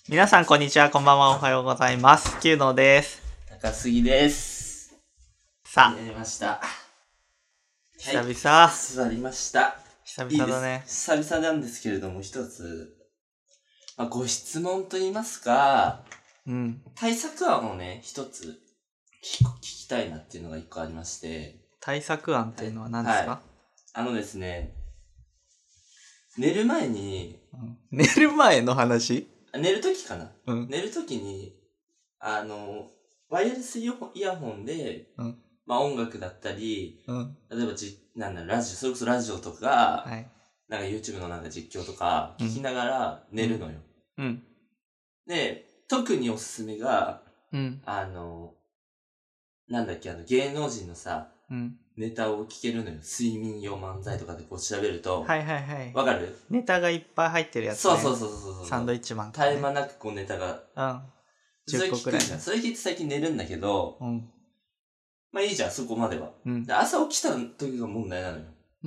皆さんこんにちは、こんばんは、おはようございます。キューノです。 高杉です。 さあ、 やりました。 久々、 座りました。 久々だね。 久々なんですけれども、一つ、ご質問と言いますか、対策案をね、一つ聞きたいなっていうのが一個ありまして。 対策案っていうのは何ですか？ ですね、寝る前に、 寝る前の話？ 寝るときかな、寝るときに、ワイヤレスイヤホンで、音楽だったり、例えばラジオ、それこそラジオとか、なんか YouTube のなんか実況とか聞きながら寝るのよ。で、特におすすめが、なんだっけ、芸能人のさ、ネタを聞けるのよ。睡眠用漫才とかでこう調べると。わかる？ ネタがいっぱい入ってるやつね。 そう。 サンドイッチマンとか、ね。絶え間なくこうネタが。 10個くらい。 それ聞いて最近寝るんだけど、まあいいじゃん、そこまでは。で朝起きた時が問題なのよ。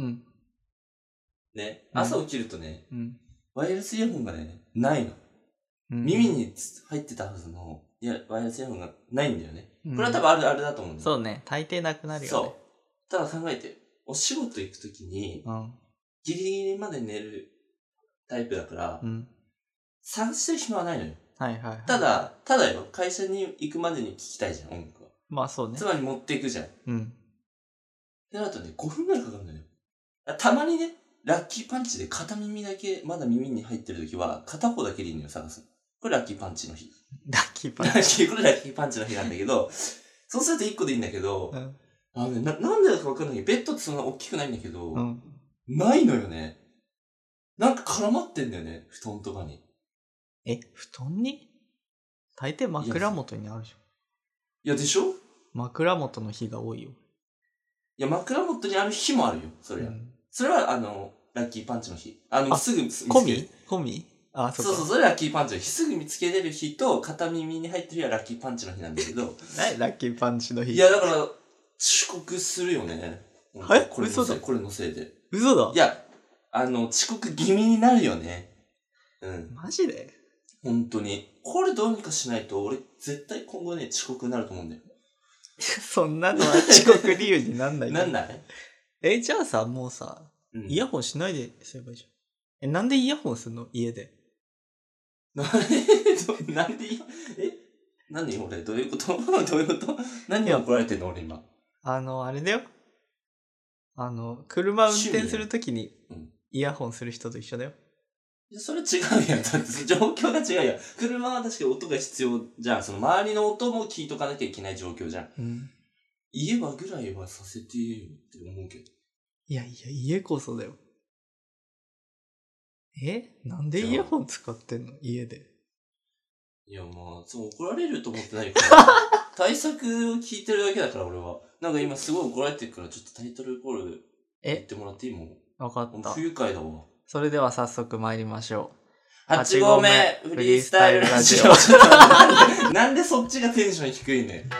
ね、朝起きるとね、ワイヤレスイヤホンがね、ないの。耳に入ってたはずの、ワイヤレスイヤホンがないんだよね。これは多分あるだと思うんだよ。 そうね、大抵なくなるよね。そう。 ただ考えて、お仕事行くときに、ギリギリまで寝るタイプだから、探してる暇はないのよ。ただよ、会社に行くまでに聞きたいじゃん、音楽は。 まあそうね。 つまり持っていくじゃん。ってなるとね、5分くらいかかるのよ。たまにね、ラッキーパンチで片耳だけ、まだ耳に入ってるときは、片方だけでいいのよ、探す。これラッキーパンチの日。 ラッキーパンチこれラッキーパンチの日なんだけど、そうすると1個でいいんだけど、なんでだかわかんないけど、ベッドってそんな大きくないんだけど、ないのよね。なんか絡まってんだよね、布団とかに。 布団に？大抵枕元にあるじゃん。 いや、でしょ？ 枕元の日が多いよ。 いや、枕元にある日もあるよ、それは。それは、ラッキーパンチの日。すぐ見つける。 込み？ そう、それラッキーパンチの日。すぐ見つけれる日と、片耳に入ってる日はラッキーパンチの日なんだけど。 ラッキーパンチの日。 いや、だから、遅刻するよね。 嘘だ。 これのせいで。 嘘だ。 いや、遅刻気味になるよね。 マジで？ 本当に。これどうにかしないと、俺絶対今後ね、遅刻になると思うんだよ。 そんなのは遅刻理由になんない。 なんない？ じゃあさ、もうさ、イヤホンしないですればいいじゃん。なんでイヤホンすんの？家で。 なんで何俺どういうこと何を怒られてんの俺今。あれだよ。車運転するときにイヤホンする人と一緒だよ。 それ違うやん。だって状況が違うやん。車は確かに音が必要じゃん。その周りの音も聞いとかなきゃいけない状況じゃん。家はぐらいはさせてよって思うけど。 いや、家こそだよ。なんでイヤホン使ってんの？家で。 いや、まあ、そう怒られると思ってないから。対策を聞いてるだけだから俺は。なんか今すごい怒られてるから、ちょっとタイトルコール言ってもらっていいもん。 わかった。 不愉快だわ。 それでは早速参りましょう。8号目フリースタイルラジオ。なんでそっちがテンション低いね。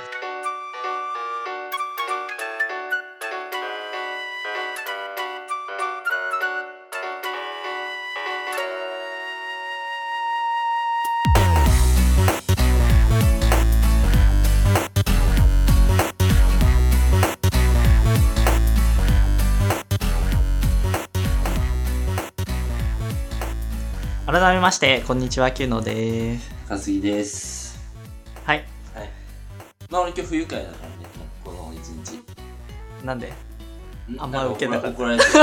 改めましてこんにちは、キューノです。 かすぎです。 はい。 まあ俺今日不愉快だからね、この一日。 なんで？あんま受けなかった。 怒られてる。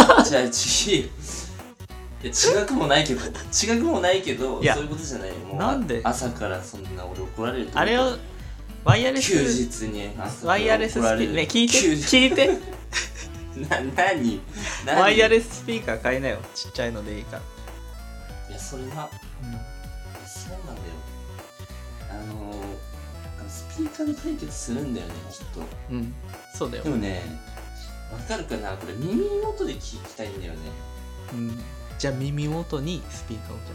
違くもないけど、そういうことじゃないよ。もうなんで？ 朝からそんな俺怒られると。 あれをワイヤレス休日にワイヤレススピーカーね、聞いて。 何？ ワイヤレススピーカー買いなよ。ちっちゃいのでいいから。 いや、それは、そうなんだよ。スピーカーで解決するんだよね、きっと。 そうだよ。 でもね、わかるかな、これ耳元で聞きたいんだよね。 じゃあ耳元にスピーカーを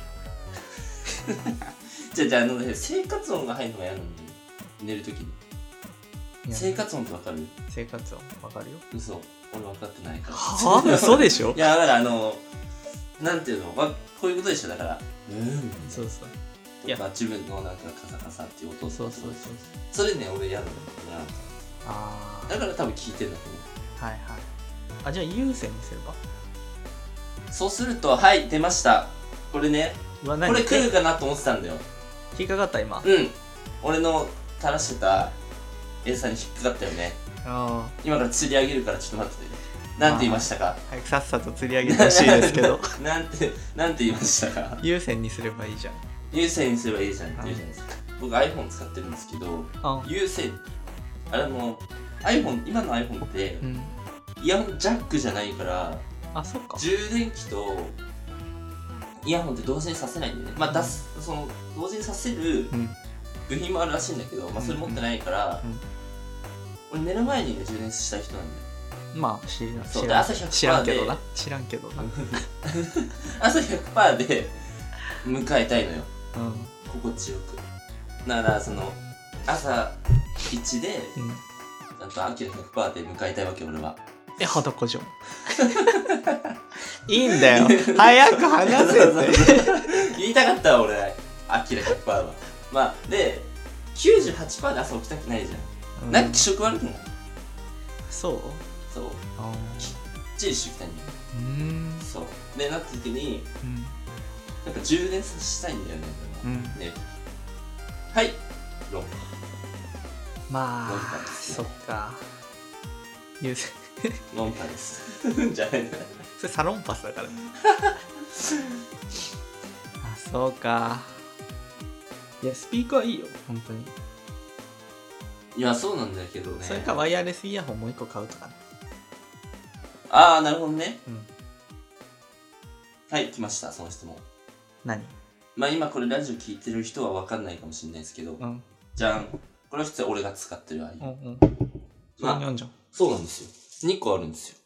じゃあ生活音が入るのが嫌なんだよ。寝るときに。生活音ってわかる？ 生活音わかるよ。 嘘。俺分かってないから。 はぁ？嘘でしょ？ いや、だからなんていうの、こういうことでしょ、だから。 そうそう。 まあ、自分のなんかカサカサっていう音。 そう。 それね、俺やるのかな。 だから多分聞いてるんだと思う。 はい。あ、じゃあ有線にすれば？ そうすると、はい、出ました。これね、これ来るかなと思ってたんだよ。 引っかかった今。 俺の垂らしてた餌に引っかかったよね。今から釣り上げるからちょっと待ってて。なんて言いましたか？ 早くさっさと釣り上げてほしいですけど。 なんて言いましたか？ 有線にすればいいじゃん。 有線にすればいいじゃんって言うじゃないですか。僕 iPhone 使ってるんですけど、有線、iPhone、今の iPhone って、イヤホンジャックじゃないから、 そっか。 充電器とイヤホンって同時にさせないんだよね。まあその同時にさせる部品もあるらしいんだけど、まあそれ持ってないから、俺寝る前にね充電したい人なんだよ。 まあ知らん朝 100% で知らんけどな朝 100% で迎えたいのよ、心地よく。だからその朝1で、ちゃんとアキラ 100% で迎えたいわけ俺は。 裸じゃんいいんだよ早く話せって言いたかったわ俺、アキラ 100% は。まあで 98% で朝起きたくないじゃん、なんか気色悪くない？そうきっちりしてきたんだよ。そうでなった時に、なんか充電させたいんだよね。はい論破。 まあそっか、優先論破ですじゃないんだ、 それサロンパスだからそうか。いやスピーカーいいよ本当に。 いやそうなんだけどね。 それかワイヤレスイヤホンもう一個買うとかね。 なるほどね。はい、来ましたその質問。何？まあ今これラジオ聞いてる人は分かんないかもしれないですけど、じゃん、これは普通俺が使ってるアイコン。まあじゃん。そうなんですよ。2個あるんですよ。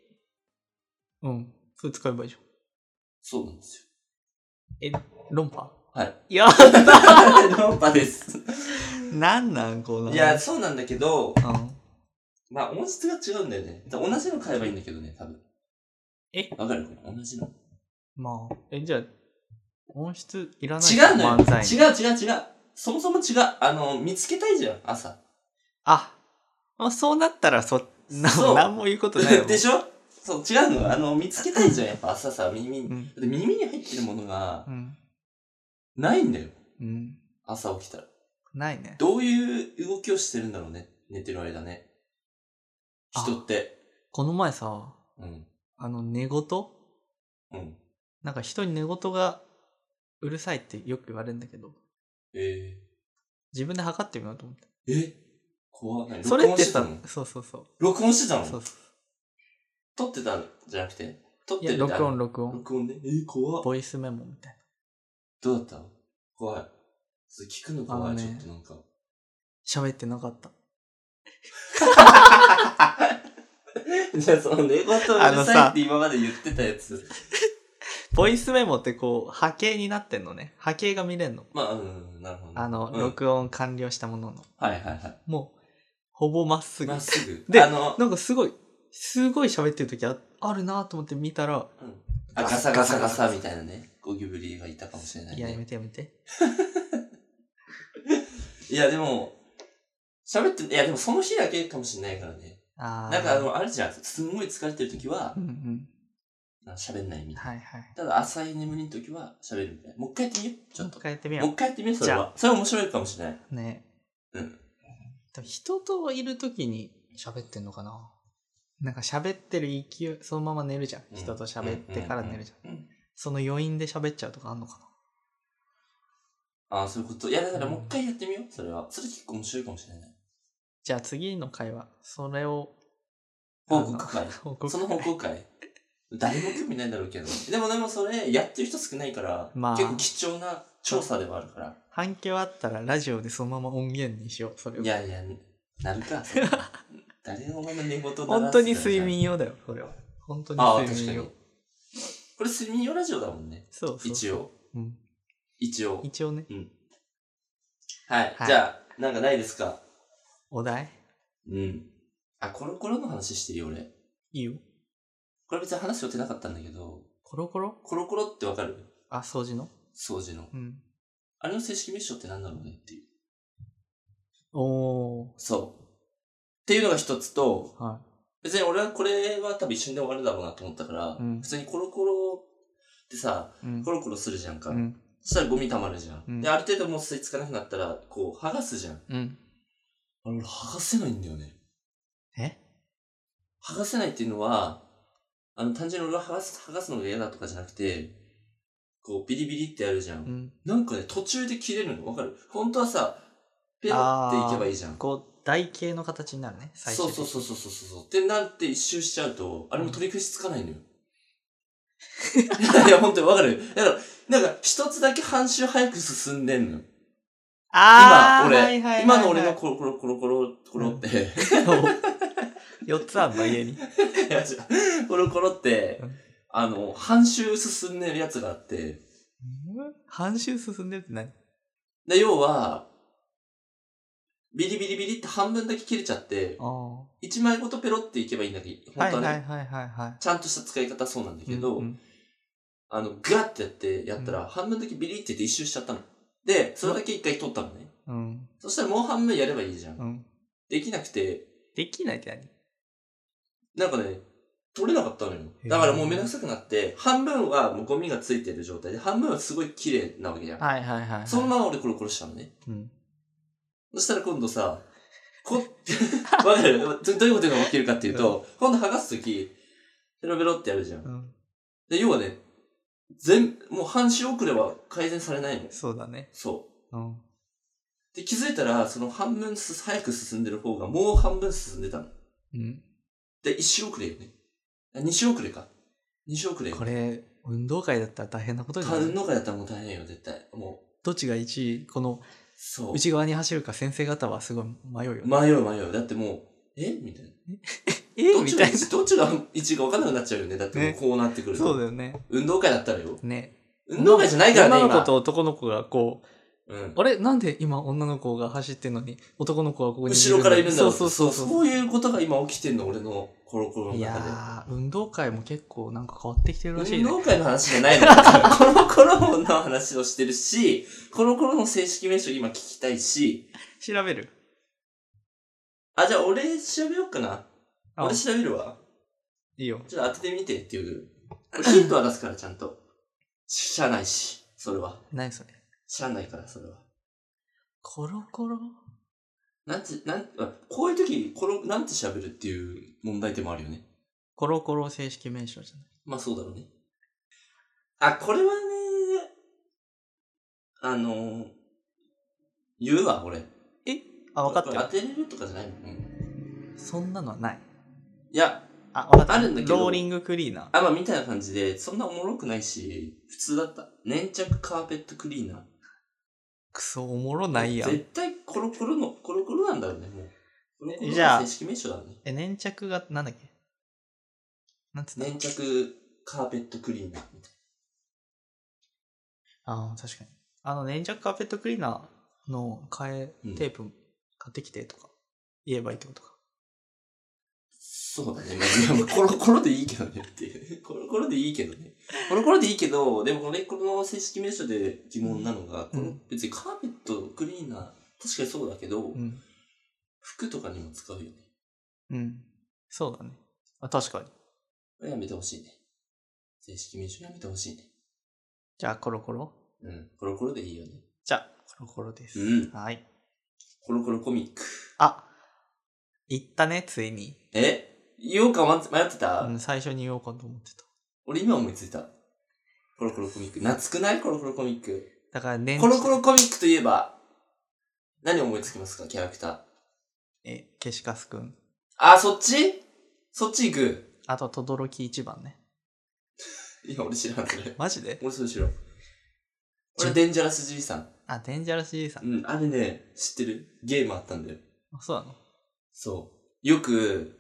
それ使えばいいじゃん。 そうなんですよ。論破？はい。 やった論破です。 なんこの。 いや、そうなんだけど、まあ音質が違うんだよね。同じの買えばいいんだけどね、多分。わかる？同じの。 まあ、じゃあ、音質いらない？ 違うのよ。違う。そもそも違う。見つけたいじゃん、朝。 そうなったらなんも言うことないよ。 でしょ？そう、違うの。見つけたいじゃん、やっぱ朝さ、耳に入ってるものが、ないんだよ。朝起きたら。ないね。どういう動きをしてるんだろうね、寝てる間ね。人って。この前さ、寝言？なんか人に寝言がうるさいってよく言われるんだけど。自分で測ってみようと思って。怖い。それってさ、そう。録音してたの？そう。撮ってたんじゃなくて？撮ってる？いや、録音。録音で？怖い。ボイスメモみたいな。どうだった？怖い。それ聞くの怖い、ちょっとなんか。喋ってなかった。じゃあその寝言うるさいって今まで言ってたやつ。ボイスメモって波形になってんのね。波形が見れんの。まあ、なるほど。録音完了したものの。はい。もう、ほぼまっすぐ。で、なんかすごい喋ってる時あるなと思って見たら、ガサガサみたいなね、ゴキブリがいたかもしれないね。いや、やめて。いや、でも、でもその日だけかもしれないからね。なんかあるじゃん。すんごい疲れてる時は、喋んないみたいな。ただ浅い眠りの時は喋るみたいな。もう一回やってみよう。ちょっと。もう一回やってみよう、それは。それ面白いかもしれない。ね。人といる時に喋ってんのかな？なんか喋ってる勢い、そのまま寝るじゃん。人と喋ってから寝るじゃん。その余韻で喋っちゃうとかあんのかな？そういうこと。いや、だからもう一回やってみよう、それは。それ結構面白いかもしれない。じゃあ次の回は、それを。報告会。その報告会。誰も興味ないんだろうけど。でもそれ、やってる人少ないから、結構貴重な調査ではあるから。反響あったら、ラジオでそのまま音源にしよう、それを。いや、なるか。誰のまま寝言鳴らす。本当に睡眠用だよ、これは。本当に睡眠用。これ睡眠用ラジオだもんね。そう。一応。一応ね。はい。じゃあ、なんかないですか？お題？コロコロの話していいよ、俺。いいよ。これ別に話す予定なかったんだけど。コロコロってわかる？掃除の？掃除の。 あれの正式名称って何だろうねっていう。 そう。 っていうのが一つと、 はい、 別に俺はこれは多分一瞬で終わるだろうなと思ったから、普通にコロコロってさ、コロコロするじゃんか。そしたらゴミ溜まるじゃん。で、ある程度もう吸い付かなくなったら、こう、剥がすじゃん。俺、剥がせないんだよね。剥がせないっていうのは、単純に俺は剥がすのが嫌だとかじゃなくて、こう、ビリビリってやるじゃん。なんかね、途中で切れるのわかる？本当はさ、ペロっていけばいいじゃん。 こう、台形の形になるね、 最初。そう。ってなって一周しちゃうと、あれも取り消しつかないのよ。いや、本当にわかる。だから、なんか、一つだけ半周早く進んでんの。今の俺のコロって。 4つあんの、家に。 コロコロって、半周進んでるやつがあって。 半周進んでるって何？ 要は、ビリビリビリって半分だけ切れちゃって、1枚ごとペロっていけばいいんだけど、本当はね、ちゃんとした使い方はそうなんだけど、ガッてやったら、半分だけビリって一周しちゃったの。で、それだけ一回取ったのね。そしたらもう半分やればいいじゃん。できなくて。 できないって何？ なんかね、取れなかったのよ。だからもうめんどくさくなって、半分はもうゴミがついてる状態で、半分はすごい綺麗なわけじゃん。そのまま俺コロコロしたのね。そしたら今度さ、わかる？どういうことが起きるかっていうと、今度剥がすとき、ベロベロってやるじゃん。で、要はね、もう半周遅れは改善されないの。 そうだね。 そう。で、気づいたら、その半分早く進んでる方がもう半分進んでたの。で、1周遅れよね。2周遅れか。2周遅れよ。 これ、運動会だったら大変なことになる。 運動会だったらもう大変よ、絶対。もう。 どっちが1位、この、内側に走るか先生方はすごい迷うよね。 迷う。だってもう、みたいな。みたいな。どっちが1位か分かんなくなっちゃうよね。だってもうこうなってくると。 そうだよね。 運動会だったらよ。ね。運動会じゃないからね、 女の子と男の子がこう、あれなんで今女の子が走ってんのに男の子はここにいる後ろからいるんだろう。そういうことが今起きてんの、俺のコロコロの中で。いやー、運動会も結構なんか変わってきてるらしいね。 運動会の話じゃないの。コロコロの話をしてるし、コロコロの正式名称今聞きたいし。 調べる？ じゃあ俺調べようかな。俺調べるわ。 いいよ。 ちょっと当ててみてっていう。ヒントは出すからちゃんと。しゃあないし、それは。 何それ？ しゃあないから、それは。 コロコロ？ こういう時、なんて喋るっていう問題点もあるよね。 コロコロ正式名称じゃない？ まあそうだろうね。これはね、言うわ、俺。 分かったよ。 当てれるとかじゃないの？ そんなのはない。 いや、 分かった。 あるんだけど。 ローリングクリーナー。 まあみたいな感じで、そんなおもろくないし、普通だった。粘着カーペットクリーナー。 クソおもろないやん。 絶対コロコロなんだろうね、もう。コロコロの正式名称だね。 粘着が、なんだっけ？なんつった？ 粘着カーペットクリーナーみたいな。確かに。粘着カーペットクリーナーのテープ買ってきてとか言えばいいってことか。 そうだね。コロコロでいいけどねっていう。コロコロでいいけどね。コロコロでいいけど、でもこの正式名称で疑問なのが、別にカーペットクリーナー、確かにそうだけど、服とかにも使うよね。 そうだね。確かに。やめてほしいね。正式名称やめてほしいね。 じゃあコロコロ？ コロコロでいいよね。 じゃあ、コロコロです。はい。 コロコロコミック。 言ったね、ついに。 言おうか迷ってた？ 最初に言おうかと思ってた。 俺今思いついた。コロコロコミック。懐くない？コロコロコミック。 だからね。 コロコロコミックといえば、何思いつきますか？キャラクター。ケシカスくん。 そっち行く。 あと、トドロキ一番ね。 いや、俺知らん、それ。 マジで？ 俺それ知らん。俺デンジャラス G さん。 デンジャラス G さん。 あれね、知ってる？ゲームあったんだよ。 そうなの？ そう。よく、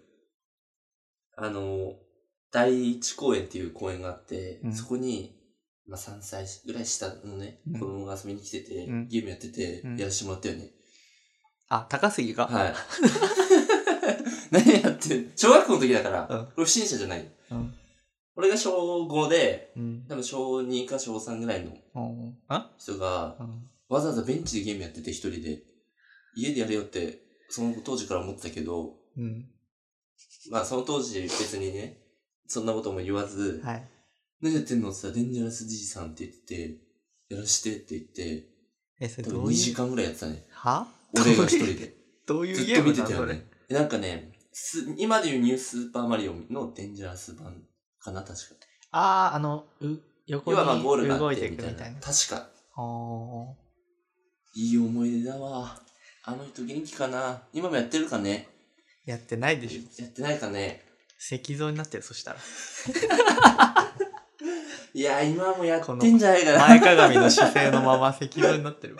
第一公園っていう公園があって、そこに、3歳ぐらい下のね、子供が遊びに来てて、ゲームやってて、やらせてもらったよね。高杉が？はい。何やってん？小学校の時だから、俺不審者じゃない。俺が小5で、多分小2か小3ぐらいの人が、 わざわざベンチでゲームやってて一人で、家でやれよって、その当時から思ってたけど、うん。まあその当時別にね、そんなことも言わず、はい。何やってんのって言ったら、デンジャラスじいさんって言ってて、やらしてって言って、それどういう2時間ぐらいやってたね。は俺が一人で。 どういうゲームなの？ずっと見てたよね。なんかね、今でいうニュースーパーマリオのデンジャラス版かな、確か。 ああ、横にゴールが動いあっててみいくみたいな。 たいな。確か。いい思い出だわ。あの人元気かな？今もやってるかね？ やってないでしょ。やってないかね？ 石像になってる、そしたら。 いや、今もやってんじゃないかな。 前かがみの姿勢のまま石像になってる。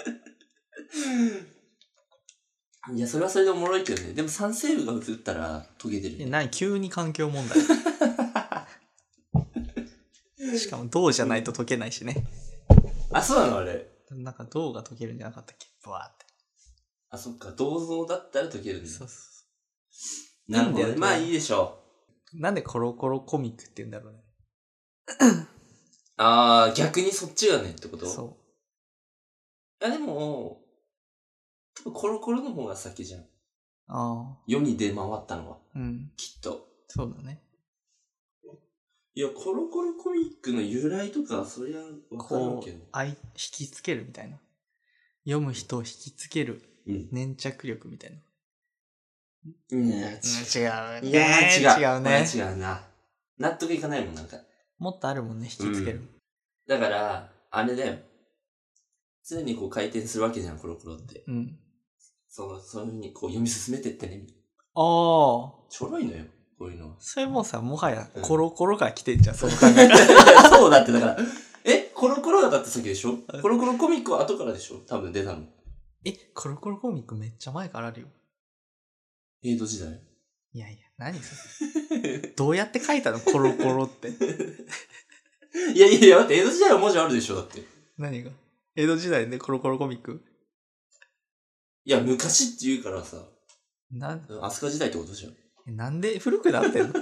いや、それはそれでおもろいけどね。でも三セーブが映ったらトゲ出る、 ね。急に環境問題。しかも銅じゃないと解けないしね。 あ、そうなのあれ。 なんか銅が解けるんじゃなかったっけ？ブワーって。 あ、そっか。銅像だったら解けるんだ。そうそう。なるほど。まあいいでしょう。なんでコロコロコミックって言うんだろうね。 ああ、逆にそっちがねってこと？ そう。 いやでも、多分コロコロの方が先じゃん。 ああ。 世に出回ったのは。うん。きっと。 そうだね。 いや、コロコロコミックの由来とか、そりゃわかるけど。 引きつけるみたいな。読む人を引きつける粘着力みたいな。 違う。 違う。 いや、 違うね。 違うな。納得いかないもん、なんか。 もっとあるもんね、引きつける。 だから、あれだよ。常にこう回転するわけじゃん、コロコロって。うん。そういう風にこう読み進めてってね。 ああ。 ちょろいのよ。こういうのは。 それもさ、もはやコロコロが来てんじゃん、その考え方。そうだって、だから。コロコロがだって先でしょ？コロコロコミックは後からでしょ？多分出たの。 コロコロコミックめっちゃ前からあるよ。 江戸時代？ いやいや、何それ。どうやって書いたの？コロコロって。 いや、待って、江戸時代は文字あるでしょ？だって。 何が？江戸時代でコロコロコミック？ いや、昔って言うからさ。飛鳥時代ってことじゃん。 なんで古くなってんの？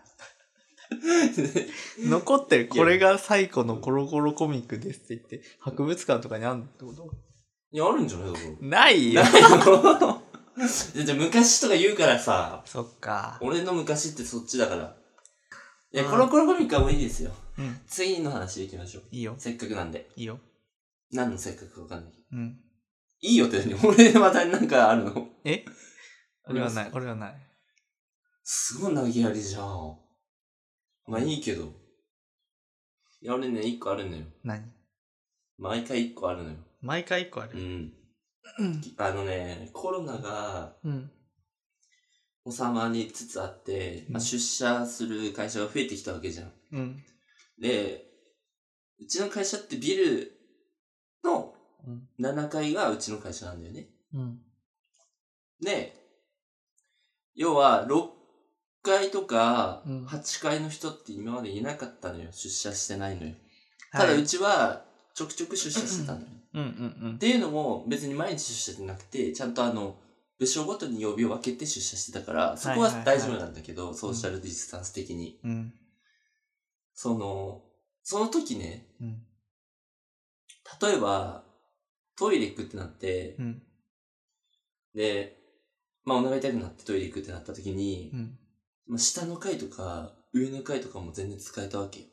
残ってる。これが最古のコロコロコミックですって言って、博物館とかにあるってこと？ いや、あるんじゃないの？ ないよ。 じゃあ昔とか言うからさ。 そっか。 俺の昔ってそっちだから。いや、コロコロコミックはもういいですよ。うん。次の話行きましょう。 いいよ。 せっかくなんで。 いいよ。 何のせっかくかわかんないけど。 うん。 いいよって何？俺またなんかあるの？ 俺はない。俺はない。 すごい投げやりじゃん。まあいいけど。いや、俺ね、一個あるのよ。 何？ 毎回一個あるのよ。 毎回一個ある？ うん。コロナが、収まりつつあって、出社する会社が増えてきたわけじゃん。うん。で、うちの会社ってビルの7階がうちの会社なんだよね。うん。で、要は6階とか8階の人って今までいなかったのよ。出社してないのよ。ただうちはちょくちょく出社してたのよ。っていうのも別に毎日出社してなくて、ちゃんと部署ごとに曜日を分けて出社してたから、そこは大丈夫なんだけど、ソーシャルディスタンス的に。その時ね、例えば、トイレ行くってなって、で、お腹痛くなってトイレ行くってなった時に、下の階とか上の階とかも全然使えたわけよ。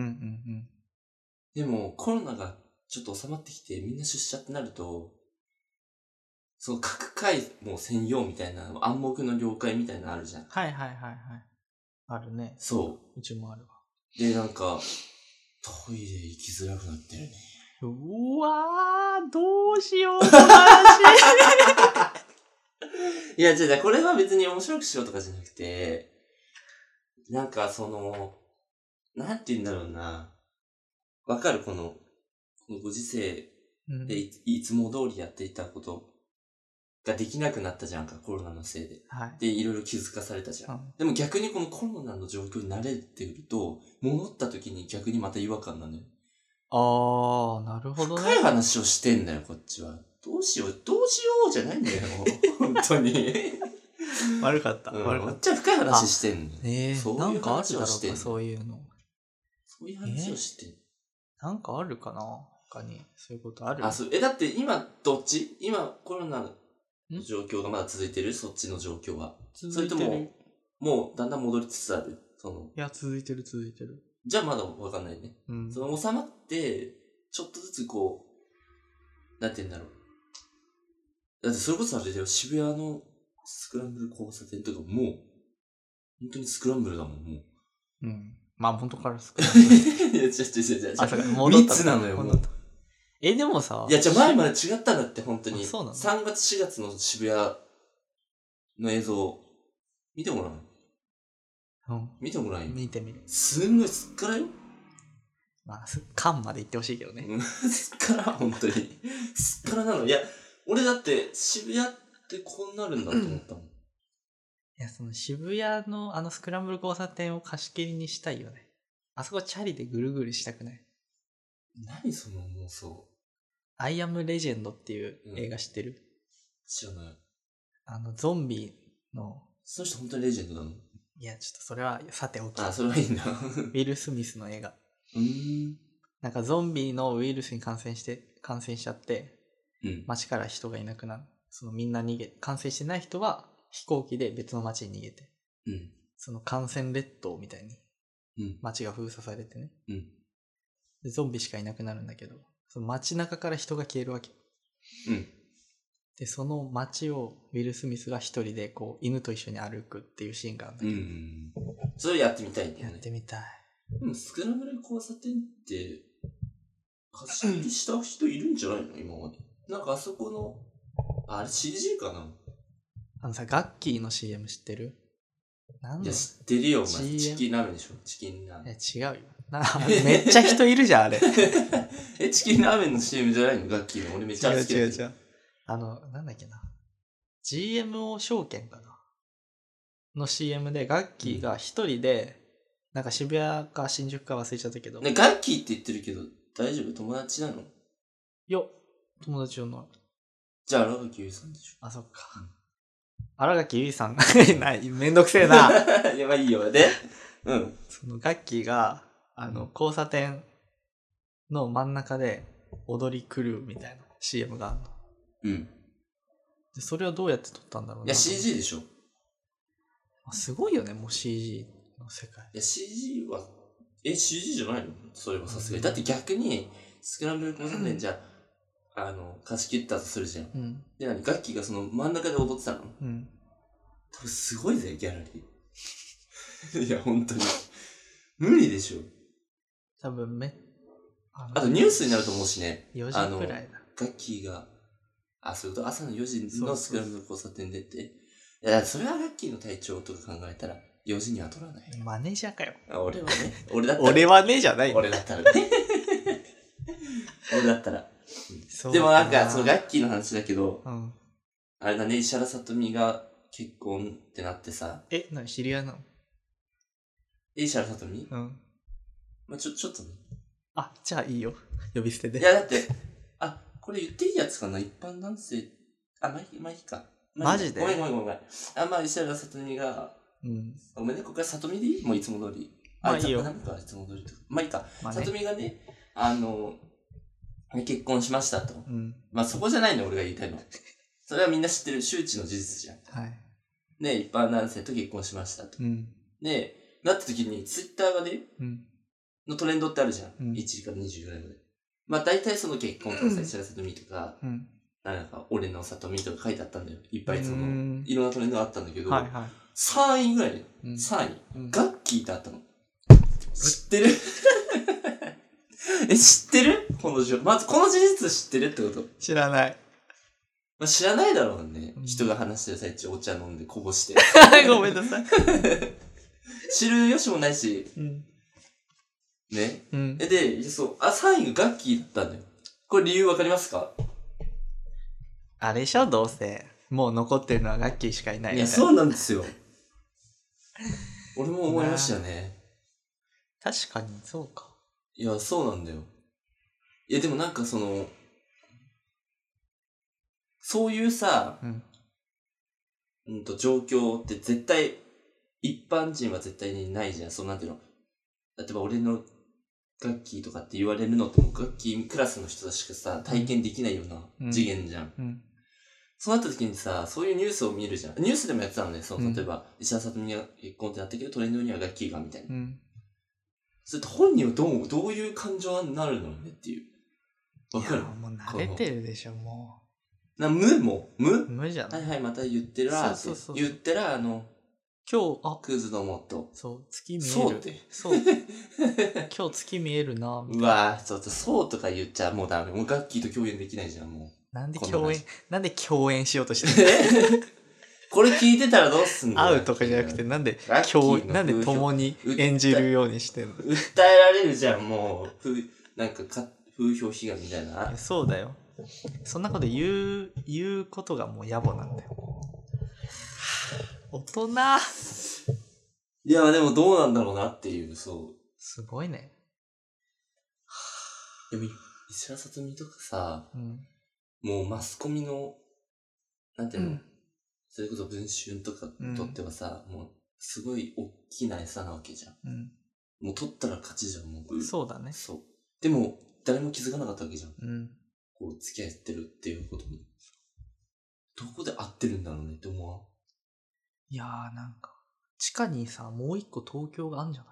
でもコロナがちょっと収まってきてみんな出社ってなると、その各階も専用みたいな暗黙の了解みたいなのあるじゃん。 はい。あるね。 そう。 うちもあるわ。 で、なんか、トイレ行きづらくなってるね。 うわー、どうしよう、この話。 いや、じゃあこれは別に面白くしようとかじゃなくて、なんかなんて言うんだろうな。わかる？このご時世でいつも通りやっていたことができなくなったじゃんか、コロナのせいで。はい。で、いろいろ気づかされたじゃん。でも逆にこのコロナの状況に慣れてくると、戻った時に逆にまた違和感なのよ。 あー、なるほどね。 深い話をしてんだよ、こっちは。どうしようじゃないんだよ、本当に。 悪かった。 こっちは深い話してんの。 そういう話をしてんの。そういうの。 そういう話をしてんの。 なんかあるかな？ かに、そういうことある？ だって今、どっち？今、コロナの状況がまだ続いてる？そっちの状況は。それとも、もうだんだん戻りつつある？ いや、続いてる。 じゃあまだわかんないね。収まって、ちょっとずつこう、なんて言うんだろう。だってそれこそあれだよ、渋谷のスクランブル交差点とかもう、本当にスクランブルだもん、もう。まあ元からスクランブル。 いや、違う。密なのよ、もう。 でもさ。 いや、じゃあ前まで違ったんだって、本当に。 そうなの？ 3月4月の渋谷の映像、見てごらん。見てごらんよ。 見てみる。 すんごいすっからよ。 まあ、缶まで言ってほしいけどね。 すっから、本当に。すっからなの。いや、俺だって渋谷ってこうなるんだと思ったもん。 いや、その渋谷のスクランブル交差点を貸し切りにしたいよね。あそこチャリでぐるぐるしたくない？ 何その妄想。 アイアムレジェンドっていう映画知ってる？ 知らない。 ゾンビの。 その人本当にレジェンドなの？ いや、ちょっとそれはさておき。 それはいいんだ。ウィル・スミスの映画。なんかゾンビのウイルスに感染しちゃって、街から人がいなくなる。みんな感染してない人は飛行機で別の街に逃げて。その感染列島みたいに、街が封鎖されてね。でゾンビしかいなくなるんだけど、その街中から人が消えるわけ。で、その街をウィル・スミスが一人でこう犬と一緒に歩くっていうシーンがあるんだけど。 それやってみたいんだよね。 やってみたい。 でもスクランブル交差点って、貸し切りした人いるんじゃないの今まで。なんかあそこの、あれ CG かな？ ガッキーの CM 知ってる？ いや、知ってるよ、お前。チキンラーメンでしょ？チキンラーメン。 違うよ。めっちゃ人いるじゃん、あれ。 チキンラーメンの CM じゃないの？ガッキーの。俺めっちゃ好きだよ。違う。 なんだっけな。GMO 証券かなの CM でガッキーが一人で、なんか渋谷か新宿か忘れちゃったけど。 ガッキーって言ってるけど、大丈夫？友達なの？ よ、友達じゃない。 じゃあ、荒垣結衣さんでしょ。 そっか。荒垣結衣さんない、めんどくせえな。 いや、まあいいよ。で、 そのガッキーが、交差点の真ん中で踊り狂うみたいな CM があるの。で、それはどうやって撮ったんだろうね。 いや、CG でしょ。 すごいよね、もう CG の世界。 いや、CG は、CG じゃないの？それはさすがに。だって逆に、スクランブル交差点じゃ、貸し切ったとするじゃん。で、ガッキーがその真ん中で踊ってたの？多分すごいぜ、ギャラリー。いや、本当に。無理でしょ。 多分あとニュースになると思うしね。 4時くらいだ。 ガッキーが、そういうこと、朝の4時のスクランブル交差点でって。いや、それはガッキーの体調とか考えたら、4時には取らない。 マネージャーかよ。 俺はね。俺だったら。 俺はねじゃない。 俺だったらね。俺だったら。でもなんか、そのガッキーの話だけど、あれだね、石原さとみが結婚ってなってさ。 何知り合いなの？ 石原さとみ？まあ、ちょっとね。 じゃあいいよ。呼び捨てで。 いや、だって、これ言っていいやつかな？一般男性。まあいいか。 マジで？ ごめん。まあ、石原さとみが、ごめんね、ここからさとみでいい？もういつも通り。 いいよ。 なんかいつも通りとか。まあいいか。さとみがね、結婚しましたと。まあそこじゃないの、俺が言いたいの。それはみんな知ってる周知の事実じゃん。で、一般男性と結婚しましたと。で、なった時に、ツイッターがね、のトレンドってあるじゃん。1時から20ぐらいまで。まあ大体その結婚とかさ、石原さとみとか、なんか、俺のさとみとか書いてあったんだよ。いっぱいいろんなトレンドがあったんだけど、3位ぐらいで、3位。ガッキーってあったの。知ってる？知ってる？まずこの事実知ってるってこと？ 知らない。 まあ、知らないだろうね。人が話してる最中お茶飲んでこぼして。 ごめんなさい。 知るよしもないし。ね。で、3位がガッキーだったんだよ。これ理由わかりますか？ あれでしょ、どうせ。もう残ってるのはガッキーしかいない。 いや、そうなんですよ。俺も思いましたね。 確かに、そうか。 いや、そうなんだよ。いや、でもなんかそういうさ、状況って絶対、一般人は絶対にないじゃん。なんていうの。例えば俺の楽器とかって言われるのっても楽器クラスの人たちしかさ、体験できないような次元じゃん。そうなった時にさ、そういうニュースを見るじゃん。ニュースでもやってたのね。例えば、石田さとみが結婚ってなったけど、トレンドには楽器が、みたいな。それと本人はどういう感情になるのねっていう。わかる？いや、 もう慣れてるでしょ、もう。無じゃない？ はいはい、また言ってらーって。言ってら、 今日、 クズのもっと。 そう、月見える。 そうって。 そう。今日月見えるな、 みたいな。うわぁ、ちょっとそうとか言っちゃもうダメ。もうガッキーと共演できないじゃん、もう。 なんで共演しようとしてるのこれ聞いてたらどうすんの？ 会うとかじゃなくて、なんで共に演じるようにしてんの？ 訴えられるじゃん、もう。風評被害みたいな。 そうだよ。そんなこと言うことがもう野暮なんだよ。大人。 いや、でもどうなんだろうなっていう、そう。 すごいね。 でも、石田さとみとかさ、もうマスコミの、なんていうの、それこそ文春とかにとってはさ、もうすごい大きな餌なわけじゃん。もう取ったら勝ちじゃん、もう。 そうだね。 そう。でも、誰も気づかなかったわけじゃん。こう、付き合ってるっていうことに。どこで合ってるんだろうねって思わん？ いやーなんか、地下にさ、もう一個東京があるんじゃない？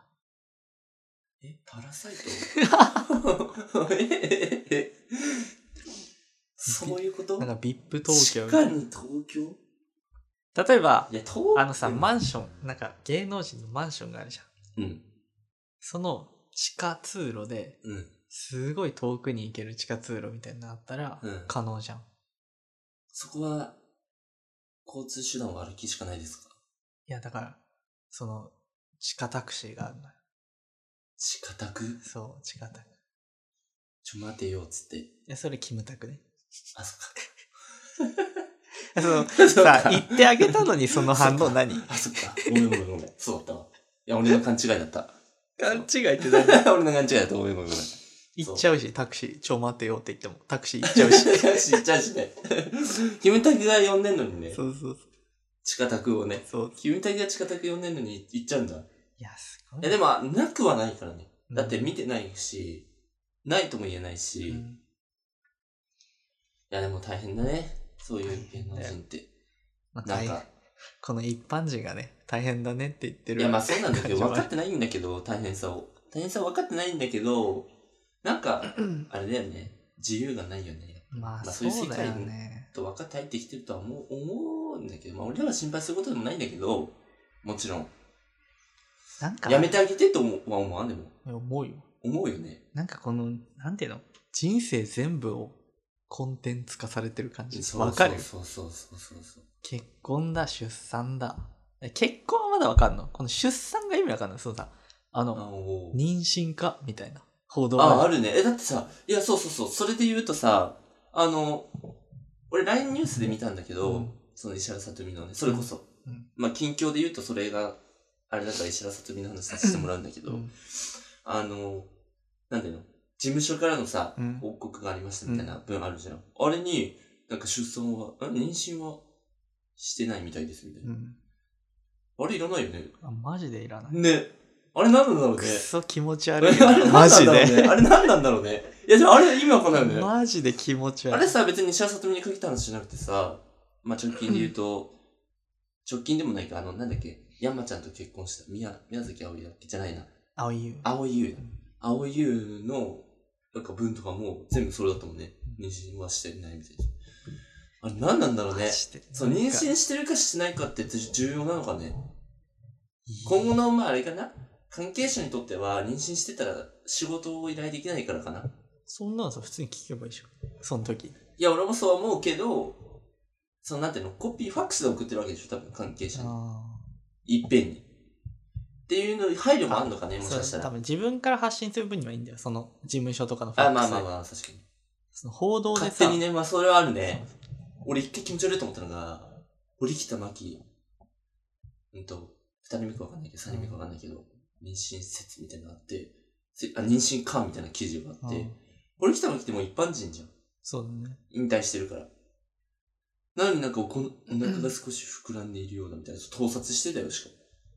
パラサイトそういうこと？ なんか VIP 東京。 地下に東京？ 例えば、 さ、 マンション、なんか芸能人のマンションがあるじゃん。その地下通路で、すごい遠くに行ける地下通路みたいになったら、可能じゃん。 そこは、交通手段は歩きしかないですか？ いや、だから、地下タクシーがあるのよ。 地下タク？ そう、地下タク。 待てよ、つって。いや、それキムタクね。 あ、そっか。 さあ、言ってあげたのにその反応何？ あ、そっか。ごめん。そうだったわ。いや、俺の勘違いだった。 勘違いって何？ 俺の勘違いだった。ごめん。 行っちゃうし、タクシー、待てよって言っても、タクシー行っちゃうし。 タクシー行っちゃうしね。キムタクが呼んでんのにね。 そう。 地下タクをね。 そう。 キムタクが地下タク呼んでんのに行っちゃうんだ。 いや、すごい。 でも、なくはないからね。だって見てないし、ないとも言えないし。いや、でも大変だね。そういう芸能人って。なんか。 この一般人がね、大変だねって言ってる。 いや、まあそうなんだけど、分かってないんだけど、大変さを分かってないんだけど、なんか、あれだよね。自由がないよね。 まあそういう世界と分かって入ってきてるとは思うんだけど、まあ俺らが心配することでもないんだけど、もちろん。なんかやめてあげてとは思わんでも。 思うよ。 思うよね。 なんかなんていうの？人生全部をコンテンツ化されてる感じ。わかる？ そう。 結婚だ、出産だ。結婚はまだわかんの？この出産が意味わかんない。そうさ、妊娠かみたいな報道あるね。だってさ、いや、そう。それで言うとさ、俺 LINE ニュースで見たんだけど、その石原さとみのね、それこそ。まあ、近況で言うとそれが、あれだから石原さとみの話させてもらうんだけど、なんだよ、事務所からのさ、報告がありましたみたいな文あるじゃん。あれに、なんか妊娠はしてないみたいですみたいな。あれいらないよね。 マジでいらない。 ね。あれ何なんだろうね。くそ気持ち悪い。マジで。 あれ何なんだろうね。いや、じゃああれ意味わかんないよね。 マジで気持ち悪い。 あれさ、別に石原さとみに限った話じゃなくてさ、まあ、直近で言うと、直近でもないか、なんだっけ、山ちゃんと結婚した宮崎葵だっけじゃないな。 蒼井優。蒼井優の、なんか文とかも全部それだったもんね。妊娠はしてないみたいです。あれ何なんだろうね。そう、妊娠してるかしてないかって重要なのかね。今後の、まああれかな。関係者にとっては妊娠してたら仕事を依頼できないからかな。 そんなのさ、普通に聞けばいいでしょ。その時。 いや、俺もそう思うけど、なんていうの、コピー、ファックスで送ってるわけでしょ、多分関係者に。いっぺんに。っていうの、配慮もあんのかね、もしかしたら。 多分自分から発信する分にはいいんだよ。その事務所とかのファックスで。 まあ、確かに。 その報道でさ。 勝手にね、まあそれはあるね。俺一回気持ち悪いと思ったのが、堀北真希、2人目かわかんないけど、3人目かわかんないけど、妊娠説みたいなのがあって、妊娠かみたいな記事があって、堀北真希ってもう一般人じゃん。 そうだね。 引退してるから。なのになんかお腹が少し膨らんでいるようだみたいな、盗撮してたよ、しかも。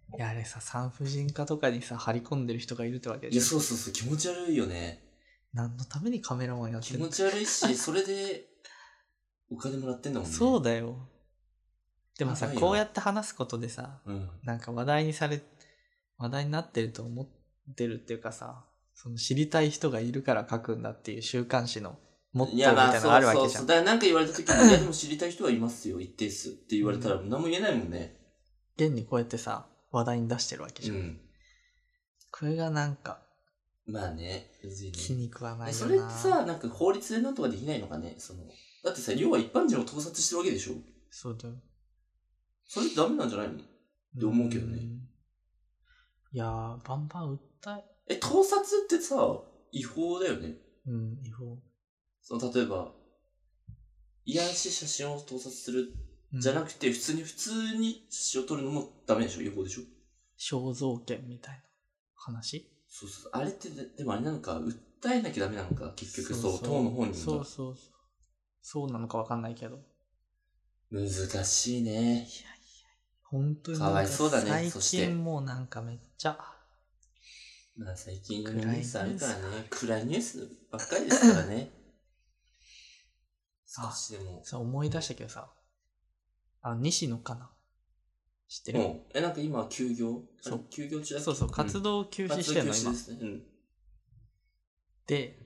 いや、あれさ、産婦人科とかにさ、張り込んでる人がいるってわけでしょ。 いや、そうそうそう、気持ち悪いよね。 何のためにカメラマンやってるの？気持ち悪いし、それで、お金もらってんだもんね。 そうだよ。でもさ、こうやって話すことでさ、なんか話題になってると思ってるっていうかさ、その知りたい人がいるから書くんだっていう週刊誌のモットーみたいなのがあるわけじゃん。そうだからなんか言われた時に、いやでも知りたい人はいますよ、一定数って言われたら何も言えないもんね。 現にこうやってさ、話題に出してるわけじゃん。これがなんか、 まあね、 気に食わないよな。 それってさ、なんか法律でなんとかできないのかね。だってさ、要は一般人を盗撮してるわけでしょ。 そうだよ。 それってダメなんじゃないのって思うけどね。 いやー、バンバン訴え。 盗撮ってさ、違法だよね。 違法。 例えば、いやらしい写真を盗撮するじゃなくて、普通に写真を撮るのもダメでしょ。違法でしょ。 肖像権みたいな話？ そうそう。あれって、でもあれなのか、訴えなきゃダメなのか、結局当の本人が。 そうなのかわかんないけど。 難しいね。いやいや、 本当に。 かわいそうだね、 最近もうなんかめっちゃ。 まあ最近のニュースあるからね。暗いニュースばっかりですからね。少しでも。 さ、思い出したけどさ、西野カナ。知ってる？ なんか今休業？ そう。 休業中だっけ？ そう、活動休止してんの、今。で、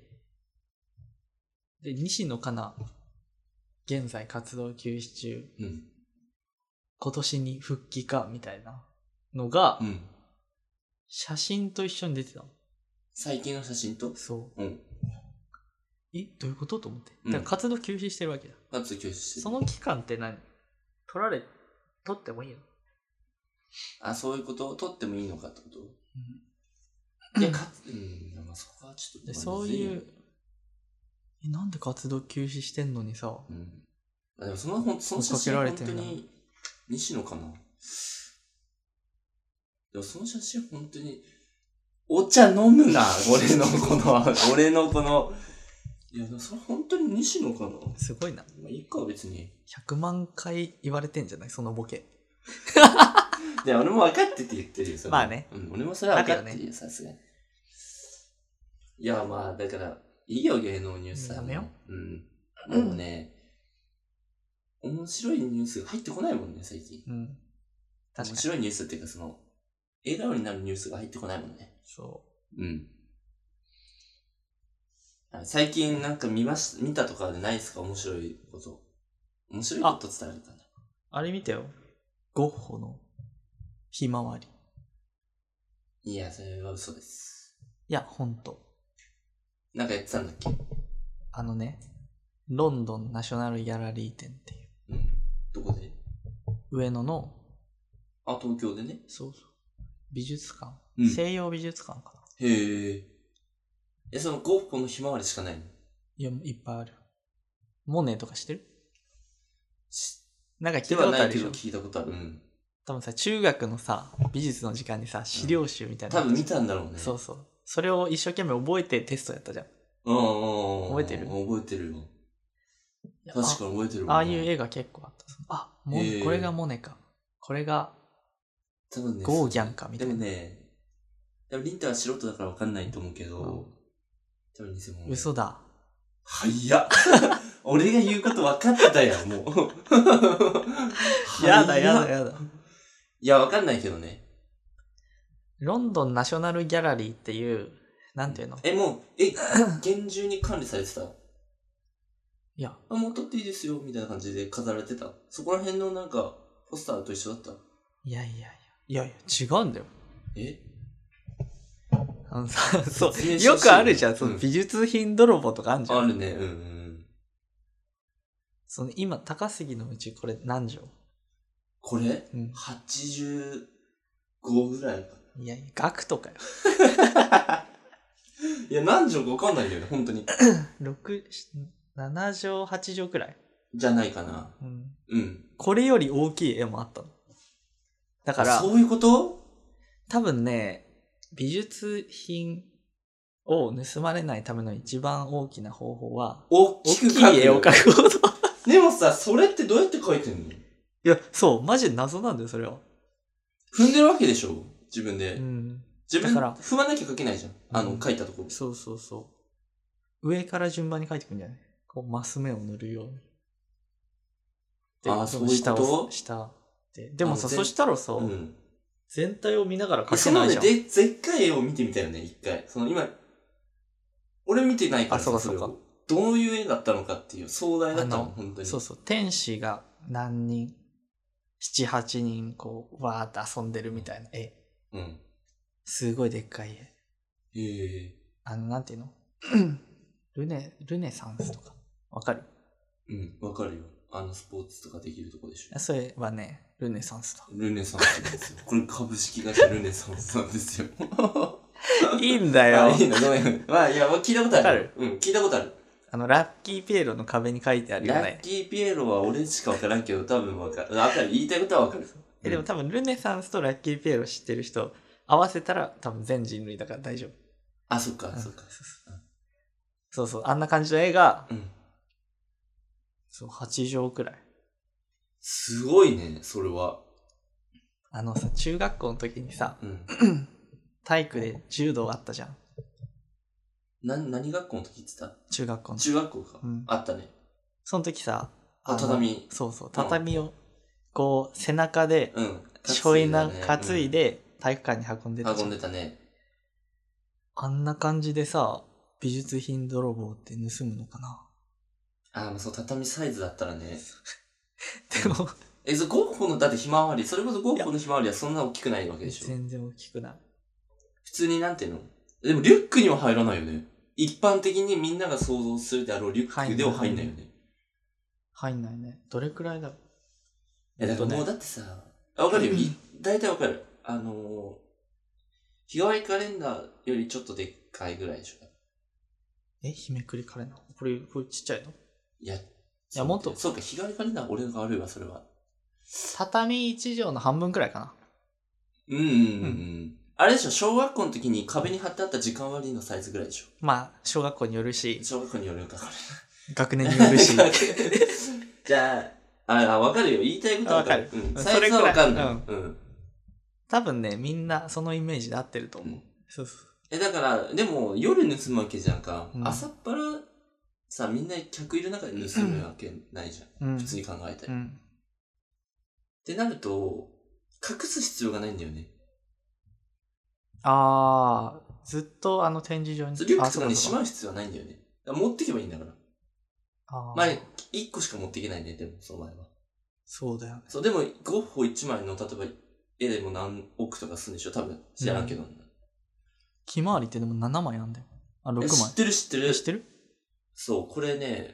西野カナ、現在活動休止中。今年に復帰か、みたいなのが、写真と一緒に出てたの。 最近の写真と？ そう。どういうことと思って。だから活動休止してるわけだ。 活動休止してる。 その期間って何？撮ってもいいの？ あ、そういうこと？撮ってもいいのかってこと？いや、まあそこはちょっと。 そういう、なんで活動休止してんのにさ。 でもその写真本当に、西野かな？でもその写真本当に、お茶飲むな、俺のこの、いや、それ本当に西野かな？ すごいな。 まあいいか、別に。 100万回言われてんじゃない？そのボケ。 で、俺も分かってて言ってるよ、それ。 まあね。 俺もそれは分かってるよ、さすがに。いや、まあ、だから、いいよ、芸能ニュースは。 やめよう。もうね、面白いニュースが入ってこないもんね、最近。面白いニュースっていうか、笑顔になるニュースが入ってこないもんね。 そう。 最近なんか見たとかでないですか？面白いこと。面白いこと伝えるかな。 あれ見てよ。ゴッホのひまわり。 いや、それは嘘です。 いや、ほんと。 なんかやってたんだっけ？ ロンドンナショナルギャラリー展っていう。 どこで？ 上野の。 東京でね。 そう。美術館。西洋美術館かな。 へえ。そのゴッホのひまわりしかないの？ いや、いっぱいある。モネとか知ってる？なんか聞いたことあるでしょ？ 聞いたことある。 多分さ、中学のさ、美術の時間にさ、資料集みたいな。 多分見たんだろうね。 そうそう。それを一生懸命覚えてテストやったじゃん。覚えてる？ 覚えてるよ。確かに覚えてるわ。ああいう絵が結構あった。これがモネか。これが、 多分ね、 ゴーギャンかみたいな。 でもリンタは素人だから分かんないと思うけど、多分偽物。 嘘だ。 早っ俺が言うこと分かってたやん、もう。 やだ。いや、分かんないけどね。 ロンドンナショナルギャラリーっていう、なんていうの？ もう、厳重に管理されてた？ いや。 もう撮っていいですよ、みたいな感じで飾られてた。そこら辺のなんか、ポスターと一緒だった？ いや、違うんだよ。そう、よくあるじゃん、その美術品泥棒とかあるじゃん。 あるね、 今、高杉のうちこれ何畳？ これ？85ぐらいかな。いや、額とかよ。 いや、何畳か分かんないんだよね、本当に。 7畳、8畳くらいじゃないかな。 これより大きい絵もあったの。だから、 そういうこと？ 多分ね、美術品を盗まれないための一番大きな方法は、 大きい絵を描くこと。 でもさ、それってどうやって描いてんの？ いや、そう、マジで謎なんだよ、それは。 踏んでるわけでしょ自分で。 うん。 自分から踏まなきゃ書けないじゃん。書いたところ。 そうそうそう。上から順番に書いていくんじゃない？こう、マス目を塗るように。 ああ、そういうこと？ 下で。でもさ、そしたらさ、全体を見ながら書けないじゃん。そのね、でっかい絵を見てみたよね、一回。今、俺見てないからさ、 そうか。 どういう絵だったのかっていう、壮大だったの、本当に。 そうそう、天使が何人、7、8人、こう、わーって遊んでるみたいな絵。うん。すごいでっかい絵。なんていうのルネサンスとか。わかる？ うん、わかるよ。スポーツとかできるとこでしょ。 それはね、ルネサンスだ。 ルネサンスですよ。これ株式会社ルネサンスなんですよ。 いいんだよ。 いいの、ごめん。まあ、いや、聞いたことある。うん、聞いたことある。 ラッキーピエロの壁に書いてあるよね。 ラッキーピエロは俺しかわからんけど、多分わかる。言いたいことはわかる。 でも多分ルネサンスとラッキーピエロ知ってる人、合わせたら多分全人類だから大丈夫。 あ、そっか、そっか。 そうそう、あんな感じの絵が、そう、8畳くらい。 すごいね、それは。 さ、中学校の時にさ、体育で柔道あったじゃん。 何学校の時って言った？ 中学校の時。 中学校か。あったね。 その時さ、 畳。 そうそう、畳を、こう、背中で、しょいな、担いで、体育館に運んでたじゃん。 運んでたね。 あんな感じでさ、美術品泥棒って盗むのかな？ そう、畳サイズだったらね。 でも、 ゴッホの、だってひまわり、それこそゴッホのひまわりはそんな大きくないわけでしょ。 全然大きくない。 普通になんていうの？でもリュックには入らないよね。一般的にみんなが想像するであろうリュックでは入んないよね。 入んないね。どれくらいだろう？だからもうだってさ、わかるよ。大体わかる。日替わりカレンダーよりちょっとでっかいぐらいでしょ。 日めくりカレンダー？これちっちゃいの？ いや、 もっと。 そうか、日替わりカレンダー俺が悪いわ、それは。 畳1畳の半分くらいかな。 あれでしょ、小学校の時に壁に貼ってあった時間割のサイズぐらいでしょ。 まあ、小学校によるし。 小学校によるか、これ。 学年によるし。 じゃあ、わかるよ。言いたいことはわかる。サイズはわかんない。 多分ね、みんなそのイメージで合ってると思う。そうそう。 だから、でも、夜盗むわけじゃんか。朝っぱら、さ、みんな客いる中で盗むわけないじゃん。普通に考えたら。ってなると、隠す必要がないんだよね。 ずっと展示場に。 リュックとかにしまう必要はないんだよね。持ってけばいいんだから。まあ、1個しか持っていけないね、でも、その前は。 そうだよね。 そう、でも、ゴッホ1枚の、例えば、絵でも何億とかするんでしょ？多分、知らんけど。 ひまわりってでも7枚あんだよ。6枚。 知ってる。 知ってる？ そう、これね、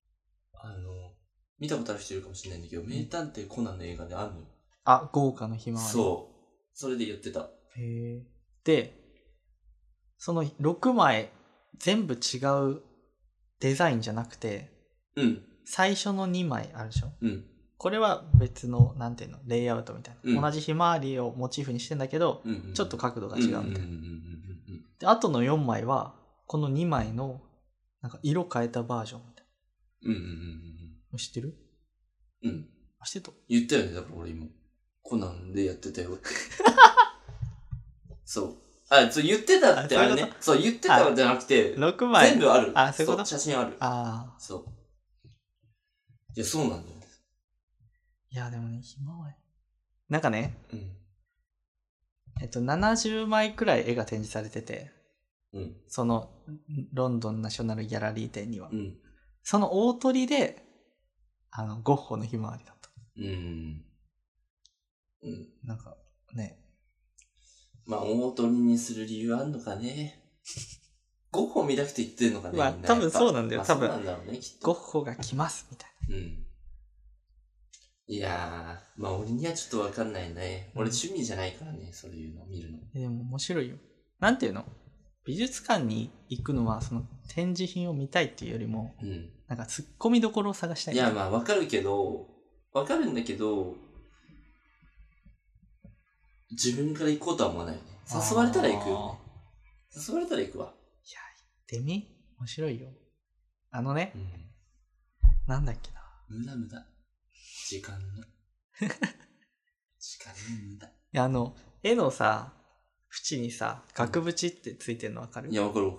見たことある人いるかもしれないんだけど、名探偵コナンの映画であるのよ。 豪華のひまわり。 そう。それで言ってた。 で、その6枚、全部違うデザインじゃなくて、最初の2枚あるでしょ？これは別の、なんていうの、レイアウトみたいな。同じひまわりをモチーフにしてんだけど、ちょっと角度が違うみたいな。で、あとの4枚は、この2枚の、なんか色変えたバージョンみたいな。知ってる？知ってた？ 言ったよね、だから俺今。コナンでやってたよって。そう。そう言ってたってあれね。そう、言ってたじゃなくて、 6枚。 全部ある。 そういうこと？ 写真ある。そう。いや、そうなんだよ。 いや、でもね、ひまわり。なんかね、70枚くらい絵が展示されてて、その、ロンドンナショナルギャラリー展には。その大鳥で、ゴッホのひまわりだった。なんか、ね。 まあ、大鳥にする理由あんのかね。ゴッホ見たくて言ってんのかね。 まあ、多分そうなんだよ。多分。 そうなんだろうね、きっと。 ゴッホが来ます、みたいな。 いやー、まあ俺にはちょっとわかんないね。俺趣味じゃないからね、そういうの見るの。 でも面白いよ。なんていうの？美術館に行くのは、その展示品を見たいっていうよりも、なんか突っ込みどころを探したい。 いや、まあわかるんだけど、自分から行こうとは思わないよね。誘われたら行くよね。誘われたら行くわ。いや、 行ってみ？面白いよ。なんだっけな。 無駄。時間の。 いや、絵のさ、縁にさ、額縁ってついてるのわかる？ いや、わかる。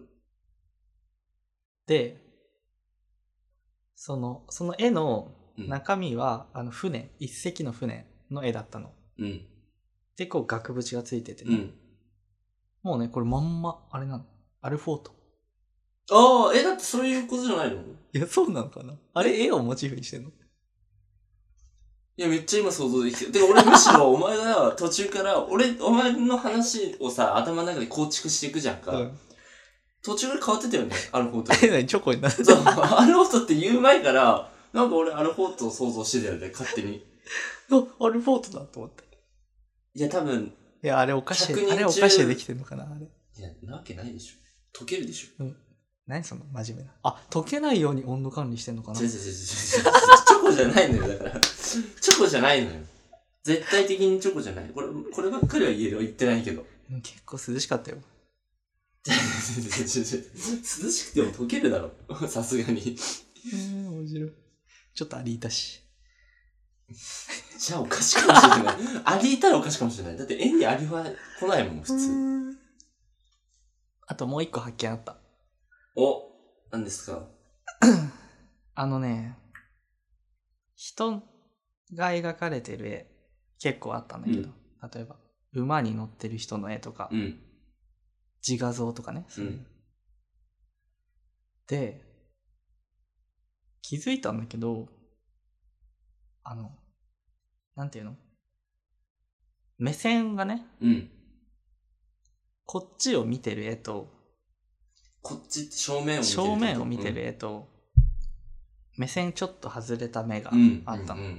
で、その絵の中身は、船、一隻の船の絵だったの。うん。で、こう、額縁がついててね。うん。もうね、これまんま、あれなの。アルフォート。 ああ、だってそういうことじゃないの？ いや、そうなのかな？あれ、絵をモチーフにしてんの？ いや、めっちゃ今想像できてる。てか俺むしろお前が途中から、お前の話をさ、頭の中で構築していくじゃんか。うん、途中から変わってたよね、アルフォート。 何チョコになってそう、アルフォートって言う前から、なんか俺アルフォートを想像してたよね、勝手に。 アルフォートだと思って。 いや、多分。 いや、あれお菓子でできてんのかな、あれ。 いや、なわけないでしょ。溶けるでしょ。うん。 何その真面目な。あ、溶けないように温度管理してんのかな。 チョコじゃないのよ、だから。チョコじゃないのよ。絶対的にチョコじゃない。こればっかりは言ってないけど。 結構涼しかったよ。 涼しくても溶けるだろ。さすがに。 面白い。ちょっとアリいたし。 じゃあおかしかもしれない。アリいたらおかしかもしれない。だって絵にアリは来ないもん、普通。 あともう一個発見あった。 お、何ですか？ 人が描かれてる絵結構あったんだけど、例えば馬に乗ってる人の絵とか、自画像とかね、で気づいたんだけど、なんていうの、目線がね、こっちを見てる絵と、 こっちって正面を見てる絵と、目線ちょっと外れた目があったの。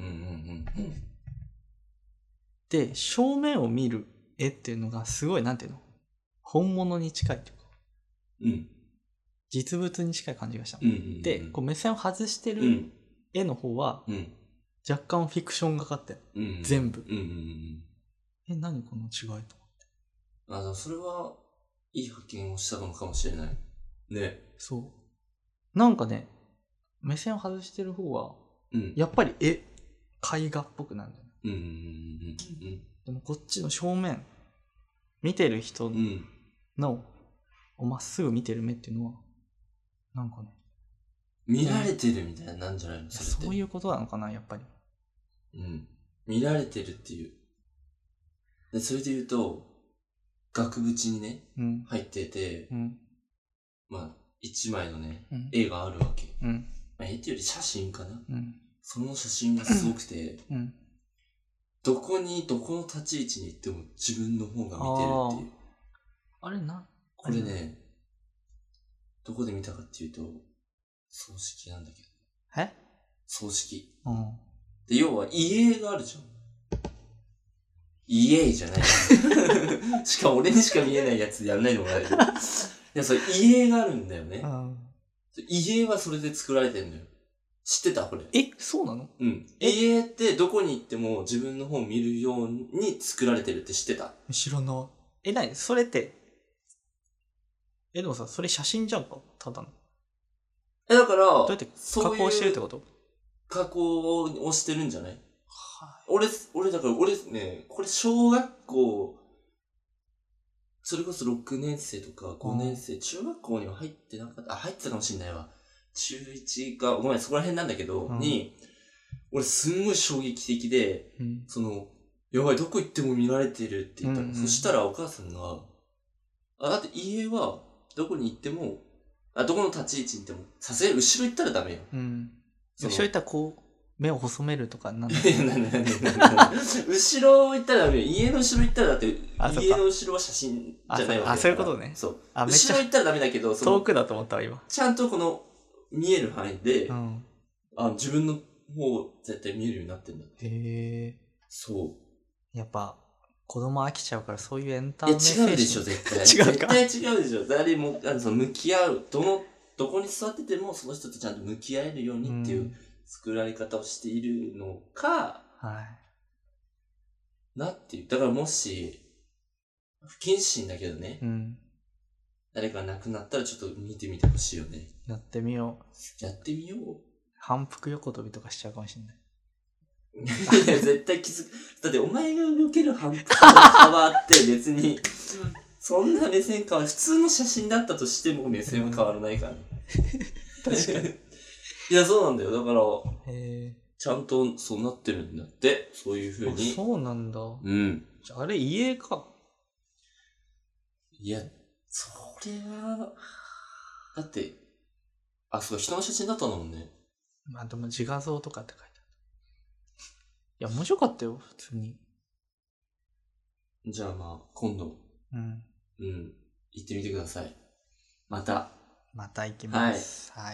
で、正面を見る絵っていうのがすごい、なんていうの、本物に近いというか、実物に近い感じがした。で、こう目線を外してる絵の方は、若干フィクションがかってる。全部。何この違いと思って。 それはいい発見をしたのかもしれない。ね。 そう。なんかね、目線を外してる方は、やっぱり絵画っぽくなるんだよね。でもこっちの正面、見てる人の、まっすぐ見てる目っていうのは、なんかね。 見られてるみたいななんじゃないの？ そういうことなのかな、やっぱり。 見られてるっていう。で、それで言うと、額縁にね、入ってて、まあ、一枚のね、絵があるわけ。まあ、絵っていうより写真かな。その写真がすごくて、どこの立ち位置に行っても自分の方が見てるっていう。 あれな。 これね、どこで見たかっていうと、葬式なんだけど。葬式。で、要は家があるじゃん。家じゃない。しかも俺にしか見えないやつでやんないのもないけど。いや、それ家があるんだよね。家はそれで作られてんだよ。知ってた？これ。 そうなの？ 家ってどこに行っても自分の方を見るように作られてるって知ってた？ 知らない。何それって。でもさ、それ写真じゃんか？ただの。 だから、 どうやって加工してるってこと？ 加工をしてるんじゃない？俺ね、これ小学校、それこそ6年生とか5年生、中学校には入ってなかった。入ってたかもしんないわ。中1か、ごめん、そこら辺なんだけど、俺すんごい衝撃的で、やばい、どこ行っても見られてるって言ったの。そしたらお母さんが、だって家はどこに行っても、どこの立ち位置に行っても、さすがに後ろ行ったらダメよ。 後ろ行ったらこう、目を細めるとかなんだ後ろ行ったらダメよ。家の後ろ行ったらだって、家の後ろは写真じゃないわけだ。 そういうことね。 そう。後ろ行ったらダメだけど、 遠くだと思ったわ、今。 ちゃんとこの、見える範囲で、自分の方絶対見えるようになってんだ。そう。 やっぱ、子供飽きちゃうからそういうエンターメ精神。違うでしょ、絶対。絶対違うでしょ。誰も、向き合う。どこに座ってても、その人とちゃんと向き合えるようにっていう作られ方をしているのか、なっていう。だからもし、不謹慎だけどね。誰か亡くなったらちょっと見てみてほしいよね。 やってみよう。やってみよう。 反復横跳びとかしちゃうかもしれない。 いや、絶対気づく。だってお前が動ける幅って別に、そんな目線変わる。普通の写真だったとしても目線は変わらないから、ね。 確かに。 いや、そうなんだよ。だから、ちゃんとそうなってるんだって。そういう風に。 そうなんだ。 うん。 じゃあ、あれ家か。 いや、それは、だって、そう、人の写真だったもんね。 まあでも自画像とかって書いてある。いや、面白かったよ、普通に。 じゃあまあ、今度。行ってみてください。また行きます。はい。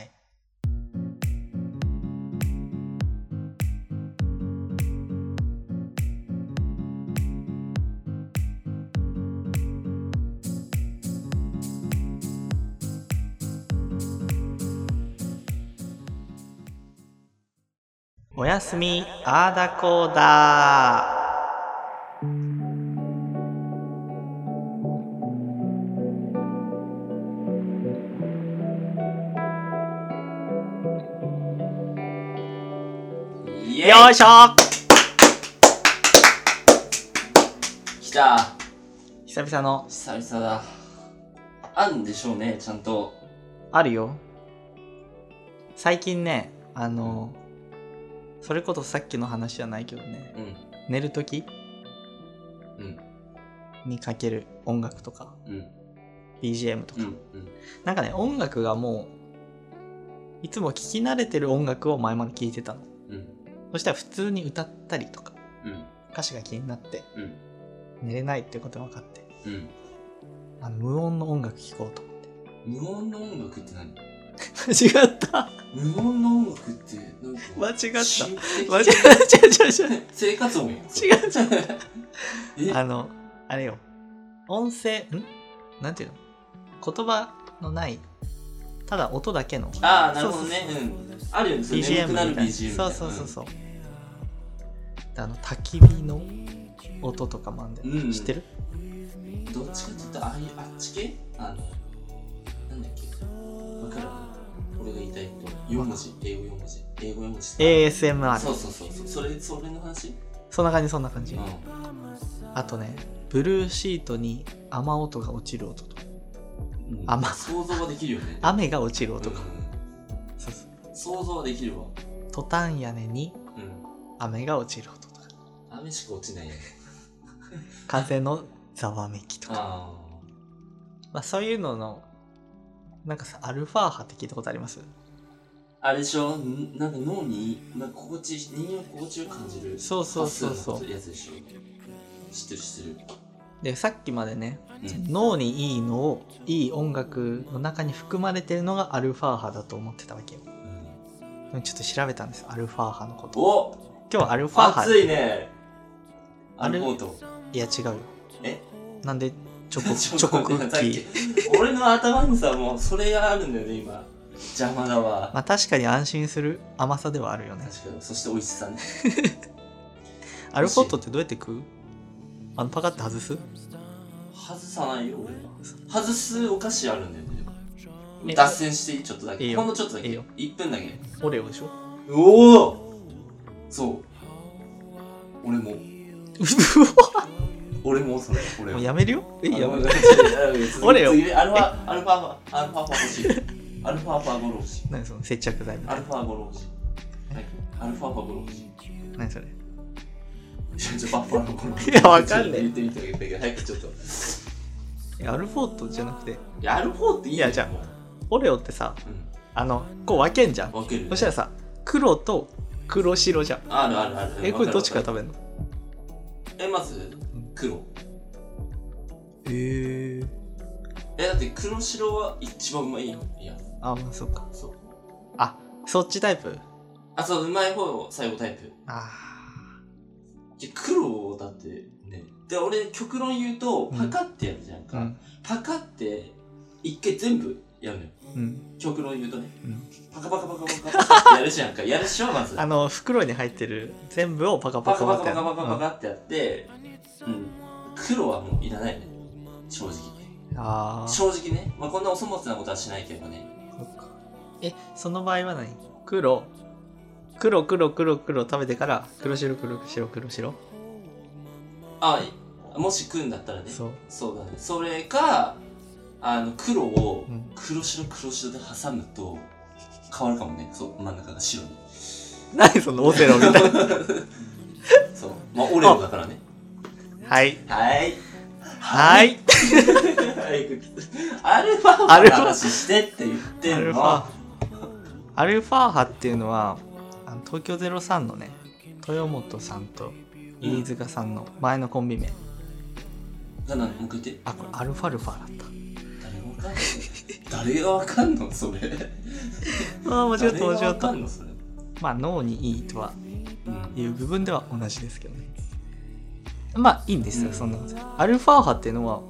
おやすみあーだこーだよいしょー。 来た。 久々の。 久々だ。あんでしょうね、ちゃんと。 あるよ。最近ね、それこそさっきの話じゃないけどね、寝るとき、にかける音楽とか、BGM とか、なんかね、音楽がもういつも聴き慣れてる音楽を前まで聴いてたの、そしたら普通に歌ったりとか、歌詞が気になって、寝れないってことが分かって、無音の音楽聴こうと思って。 無音の音楽って何？ 間違った。 無音の音楽ってなんか間違った。 違う。生活音や。 違う。あれよ。音声、なんていうの？言葉のない、ただ音だけの。 なるほどね。あるよね。 BGM みたいな。そう。焚き火の音とかもあんだよ。知ってる？ どっちかって言ったらあっち系？なんだっけ？わかる？俺が言いたいこと4文字、英語4文字、英語4文字。 ASMR。 そう。それの話？ そんな感じ。あとね、ブルーシートに雨音が落ちる音とか。 想像はできるよね。 雨が落ちる音とか。 想像はできるわ。 トタン屋根に雨が落ちる音とか。 雨しか落ちないよね。 風のざわめきとか。まあそういうののなんかさ、アルファ波って聞いたことあります？ あれでしょ、なんか脳に人間の心地を感じる。 そう。 やつでしょ。知ってる。 で、さっきまでね、脳にいいのをいい音楽の中に含まれてるのがアルファ波だと思ってたわけよ。でもちょっと調べたんです、アルファ波のこと。今日はアルファ波。 熱いね。アルフォート。 いや違うよ。なんでチョコクッキー俺の頭にさ、もうそれがあるんだよね今。邪魔だわ。 まあ確かに安心する甘さではあるよね。 確かに。そして美味しさね。 アルフォートってどうやって食う？パカって外す？ 外さないよ俺は。外すお菓子あるんだよね。脱線していい？ちょっとだけ。ほんのちょっとだけ。1分だけ。 オレオでしょ？ おお。そう。俺も。俺もそれ。 もうやめるよ。 やめる。 オレオ。 アルファ欲しい。アルファゴロ欲しい。 何その接着剤みたいな。 アルファゴロ欲しい。アルファゴロ欲しい。 何それ？ バッファローゴロ。 いやわかんねえ。 言ってみてあげてけど、早くちょっと。 アルフォートじゃなくて。 いやアルフォートいいやじゃあオレオってさ、こう分けんじゃん。 分ける。 そしたらさ、黒と黒白じゃん。 ある。 これどっちから食べんの？ まず黒。だって黒白は一番うまいよ。いや。 まあそっか。そう。そっちタイプ？ そう、うまい方最後タイプ。黒だってね。で、俺極論言うとパカってやるじゃんか。パカって一回全部やるのよ。極論言うとね。パカってやるじゃんか。やるでしょまず。 袋に入ってる全部をパカってやる。 パカってやって、黒はもういらないね。正直。正直ね。こんなお粗末なことはしないけどね。 そっか。その場合は何？黒、 黒食べてから黒白あ、もし食うんだったらね。そうだね。それか黒を黒白で挟むと変わるかもね。そう、真ん中が白に。 何そのオセロみたいな。 そう、まあオレオだからね。 はいアルファ波の話してって言ってんの。 アルファ波っていうのは東京03のね、豊本さんと飯塚さんの前のコンビ名。 もう一回言って。 これアルファルファだった。 誰がわかんのそれ。 間違った。まあ脳にいいとはいう部分では同じですけどね。まあいいんですよ、そんなこと。アルファ波っていうのは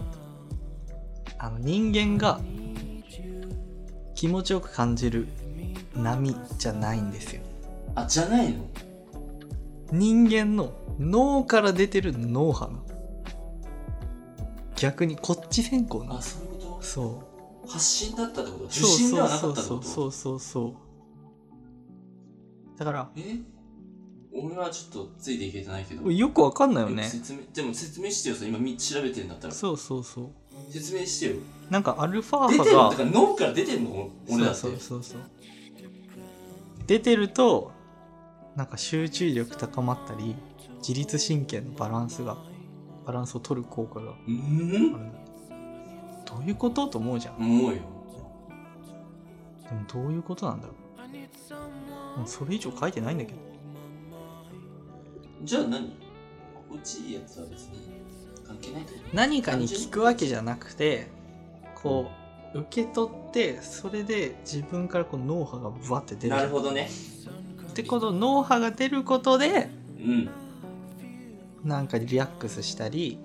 人間が気持ちよく感じる波じゃないんですよ。 じゃないの？ 人間の脳から出てる脳波の逆にこっち先行な。 そういうこと？ そう。 発信だったってこと？受信ではなかったってこと？ そう。だから俺はちょっとついていけてないけど。 よくわかんないよね。 でも説明してよ。今調べてるんだったら。 そう。 説明してよ。 なんかアルファ波が出てるの？だから脳から出てんの？俺だって。そう。 出てるとなんか集中力高まったり自律神経のバランスを取る効果があるんだ。どういうことと思うじゃん。 思うよ。 でもどういうことなんだろう。もうそれ以上書いてないんだけど。 じゃあ何？心地いいやつは別に関係ないと思う。 何かに聞くわけじゃなくて、こう受け取ってそれで自分からこう脳波がブワって出る。 なるほどね。 でこの脳波が出ることで、なんかリラックスしたり、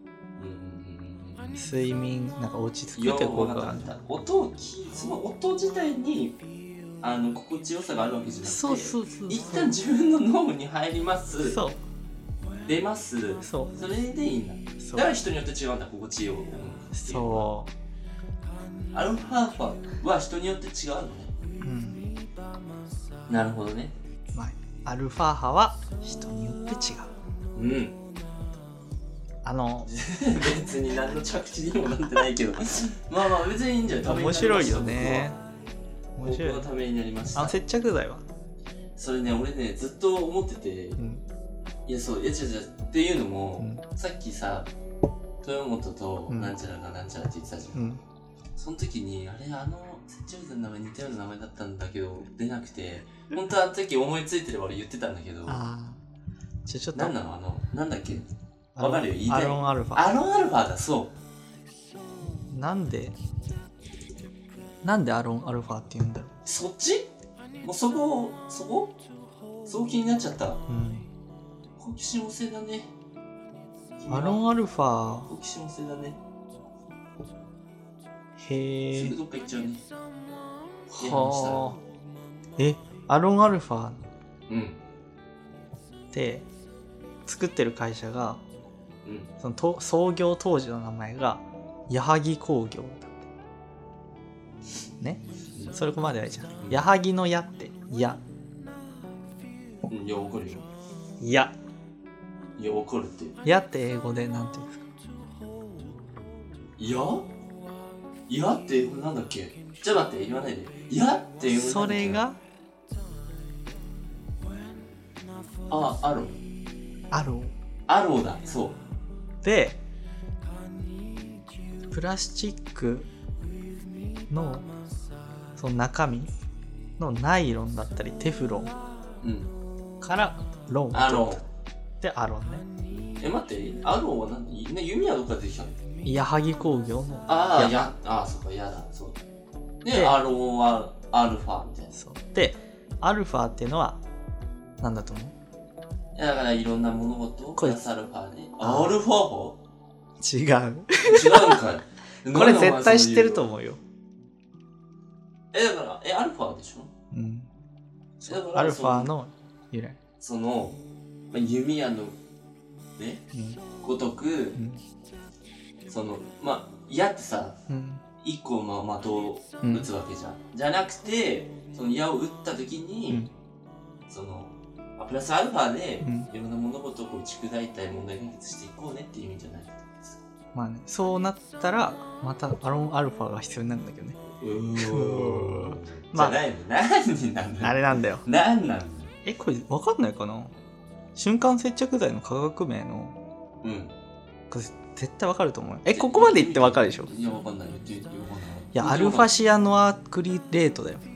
睡眠なんか落ち着くって効果があるんだ。 その音自体に心地よさがあるわけじゃなくて、 そう一旦自分の脳に入ります。 そう。 出ます。それでいいんだ。だから人によって違うんだ、心地いいを。 そう。 アルファ波は人によって違うのね。なるほどね。 アルファ波は人によって違う。 別に何の着地にもなってないけどまあ別にいいんじゃない？ 面白いよね。 僕のためになりました。 接着剤はそれね、俺ねずっと思ってて、違うっていうのも、さっきさ豊本となんちゃらがなんちゃらって言ってたじゃん。その時に接着剤の名前似たような名前だったんだけど出なくて、本当はあの時思いついてれば俺言ってたんだけど。 ちょっと何なの？なんだっけ？わかるよ、言いたい。 アロンアルファ。 アロンアルファだ、そう。 なんでアロンアルファって言うんだろう。 そっち？もうそこ気になっちゃった。好奇心旺盛だね。 アロンアルファ。 好奇心旺盛だね。 へえ。 すぐどっか行っちゃうね。 はあ。アロンアルファって作ってる会社が、その創業当時の名前が矢作工業だったね。それまではいいじゃん。矢作の矢って矢。 いや、怒るよ。 矢。 いや、怒るって。 矢って英語でなんて言うんですか？ 矢って英語なんだっけ？じゃあ待って、言わないで。矢って英語それがアロー。アローだ、そう。 で、プラスチックのその中身のナイロンだったりテフロンからロンを取ったでアロンね。 待って、アローは何？弓はどっから出てきたの？ 矢作工業のそっか、矢だ、そうだ。で、アローはアルファみたいな。 そうで、アルファっていうのは何だと思う？ だからいろんな物事をプラスアルファで。アルファ波？ 違う。 違うんかい。 これ絶対知ってると思うよ。 だから、アルファでしょ？ アルファの由来。 弓矢のね、ごとく、矢ってさ、一個の的を撃つわけじゃん。じゃなくて、その矢を撃った時に、 そのプラスアルファでいろんな物事をこう打ち砕いたり問題解決していこうねっていう意味じゃないですか。 まあね、そうなったらまたアロンアルファが必要になるんだけどね。 まあ、じゃないの。何になるの？ あれなんだよ。 何なの？ これ分かんないかな？瞬間接着剤の化学名の、これ絶対分かると思う。ここまで言って分かるでしょ？ いや分かんない。いや、アルファシアノアクリレートだよ。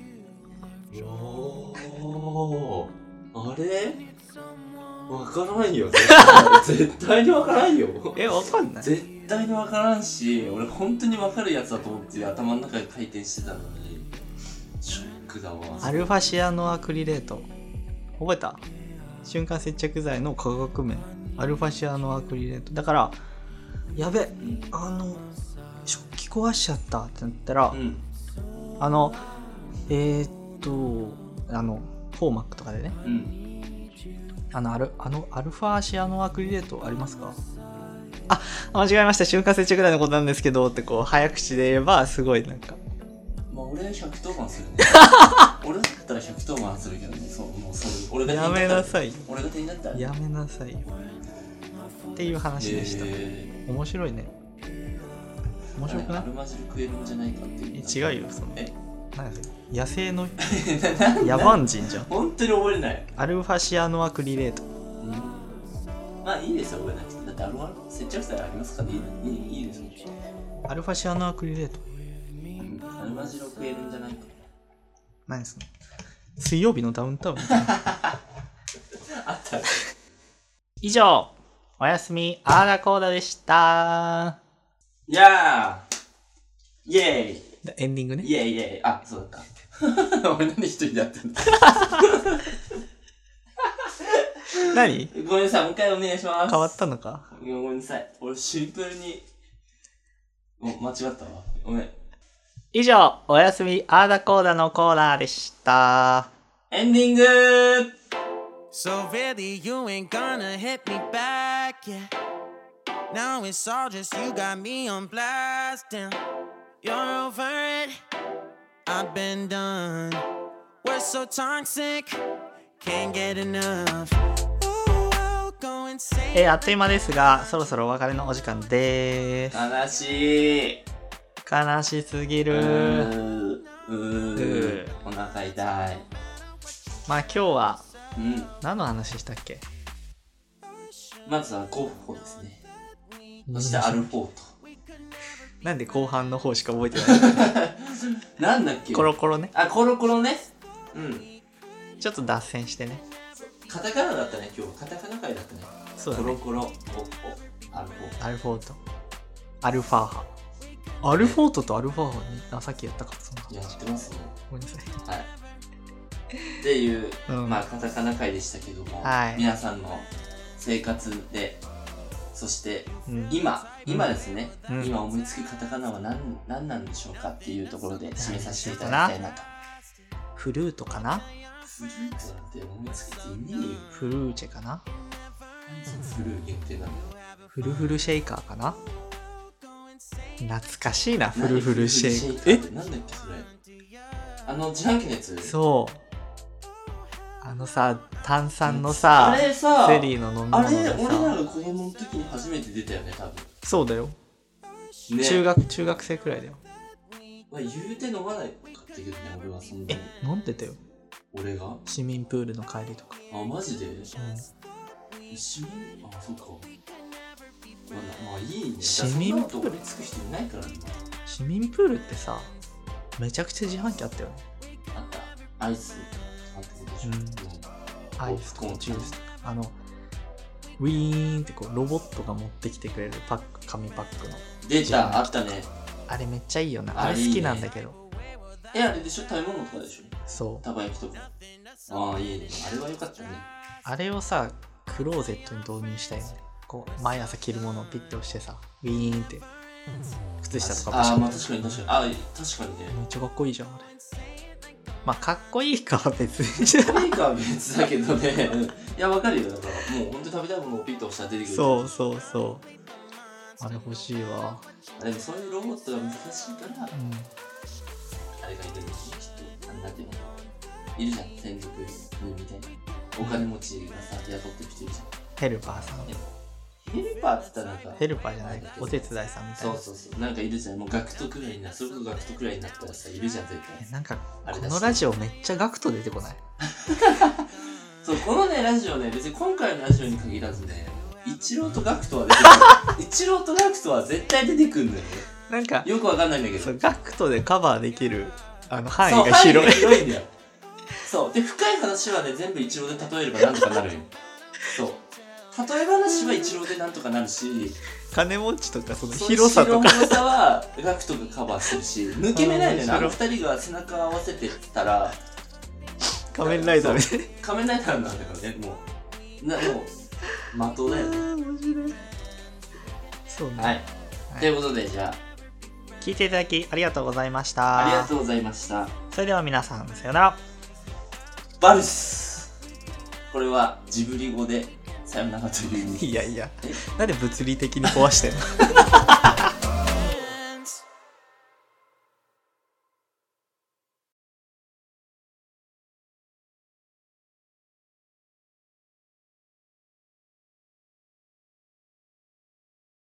あれ？分からんよ。絶対に分からんよ。 分かんない？ 絶対に分からんし、俺本当に分かるやつだと思って頭の中で回転してたのにショックだわ。 アルファシアノアクリレート覚えた？瞬間接着剤の化学名アルファシアノアクリレートだから、やべ、食器壊しちゃったってなったら、フォーマックとかでね、アルファシアノアクリレートありますか？間違えました、瞬間接着剤のことなんですけどってこう早口で言えばすごいなんか、 まあ俺110番するね。俺だったら110番するけどね。もう俺がやめなさい。 俺が手になったらやめなさいよっていう話でした。面白いね。面白くない？ アルマジル食えるんじゃないかっていう。 違うよ、その何それ、野生の野蛮人じゃん。 本当に覚えない。 アルファシアノアクリレート。 まあいいですよ、覚えなくて。だってアルファ接着剤ありますからいいですよ。 アルファシアノアクリレート。 アルマジル食えるんじゃないか。 何ですか？水曜日のダウンタウンみたいな。 あった。 以上、おやすみアーダコーダでした。 やーイェーイ。 エンディングね。 イェーイイェーイ。あ、そうだった。俺何一人でやってんだ。 何？ ごめんなさい、もう一回お願いします。 変わったのか？ ごめんなさい。俺シンプルに間違ったわ。ごめん。 以上、おやすみアーダコーダのコーナーでした。 エンディング。 So really you ain't gonna hit me back, yeah. Now it's all just you got me on blast, damn. You're over it, I've been done. We're so toxic, can't get enough. Ooh, I'll go insane. あっという間ですが、そろそろお別れのお時間でーす。 悲しい。 悲しすぎる。 お腹痛い。 まあ今日は、何の話したっけ？ まずはゴッホですね。そしてアルフォート。 なんで後半の方しか覚えてないなんだっけ？ コロコロね。 コロコロね。 ちょっと脱線してね。 カタカナだったね、今日。カタカナ回だったね。 そうだね。 コロコロ、ゴッホ、 アルフォート。アルファーハ。アルフォートとアルファーハに、さっきやったか、そんな話。 やってますね。 ごめんなさい。 はい。っていう、まあカタカナ回でしたけども、皆さんの生活で、そして、今ですね、今思いつくカタカナは何なんでしょうかっていうところで締めさせていただきたいなと。 フルートかな？ フルートなんて思いつけていねえよ。 フルーチェかな？ フルー限定なんだよ。 フルフルシェイカーかな？懐かしいな、フルフルシェイカー。 なんだっけそれ。自販機のやつ？ そう。炭酸のさ、 あれさ、 ゼリーの飲み物がさ、 あれ、俺らが子供の時に初めて出たよね、多分。 そうだよ。ね、中学生くらいだよ。 言うて飲まないかったけどね、俺はそんなに。 飲んでたよ。 俺が市民プールの帰りとか。 マジで？市民？そうか。まあいいね。 市民プールつく人いないからね。 市民プールってさ、めちゃくちゃ自販機あったよね。 あった。アイスあったことでしょ。 アイスとかジュースとか。ウィーンってこうロボットが持ってきてくれる紙パックの。 出た、あったね。 あれめっちゃいいよな。あれ好きなんだけど。 あれでしょ？食べ物とかでしょ？ そう。 たこ焼きとか。いいね。あれは良かったね。 あれをさ、クローゼットに導入したいよね。こう毎朝着るものをピッて押してさ、ウィーンって靴下とかまあ確かに確かに。確かにね。 めっちゃかっこいいじゃん、あれ。まあかっこいいかは別に。 かっこいいかは別だけどね。いや、わかるよ。だからもう本当に食べたいものをピッと押したら出てくる。 そう。あれ欲しいわ。 でもそういうロボットが難しいから、あれがいるんですよ、きっと。なんていうの？ いるじゃん、専属みたいな。お金持ちがさ、雇ってる人いるじゃん。 ヘルパーさん。 ヘルパーって言ったらなんか。 ヘルパーじゃないお手伝いさんみたいな。 そう。なんかいるじゃん。もうガクトくらいにな、それこそガクトくらいになったらさ、いるじゃん、絶対。 なんか、このラジオめっちゃガクト出てこないそう、このね、ラジオね、別に今回のラジオに限らずね、イチローとガクトは出てくる。イチローとガクトは絶対出てくるんだよね。 なんか、 よくわかんないんだけど。 そう、ガクトでカバーできる、範囲が広い。 範囲が広いんだよ。そう。で、深い話はね、全部イチローで例えればなんとかなるよ。そう。例え話はイチローでなんとかなるし、 金持ちとかその広さとか。 広さはガクトがカバーしてるし、抜け目ないんだよね。あの二人が背中を合わせてたら、 仮面ライダーで。 仮面ライダーなんだからね、もう、的だよね。 面白い。そうね。 はい。ということで、じゃあ。 聞いていただきありがとうございました。 ありがとうございました。 それでは皆さん、さよなら。 バルス。これはジブリ語でさよならという意味。 いやいや、なんで物理的に壊してんの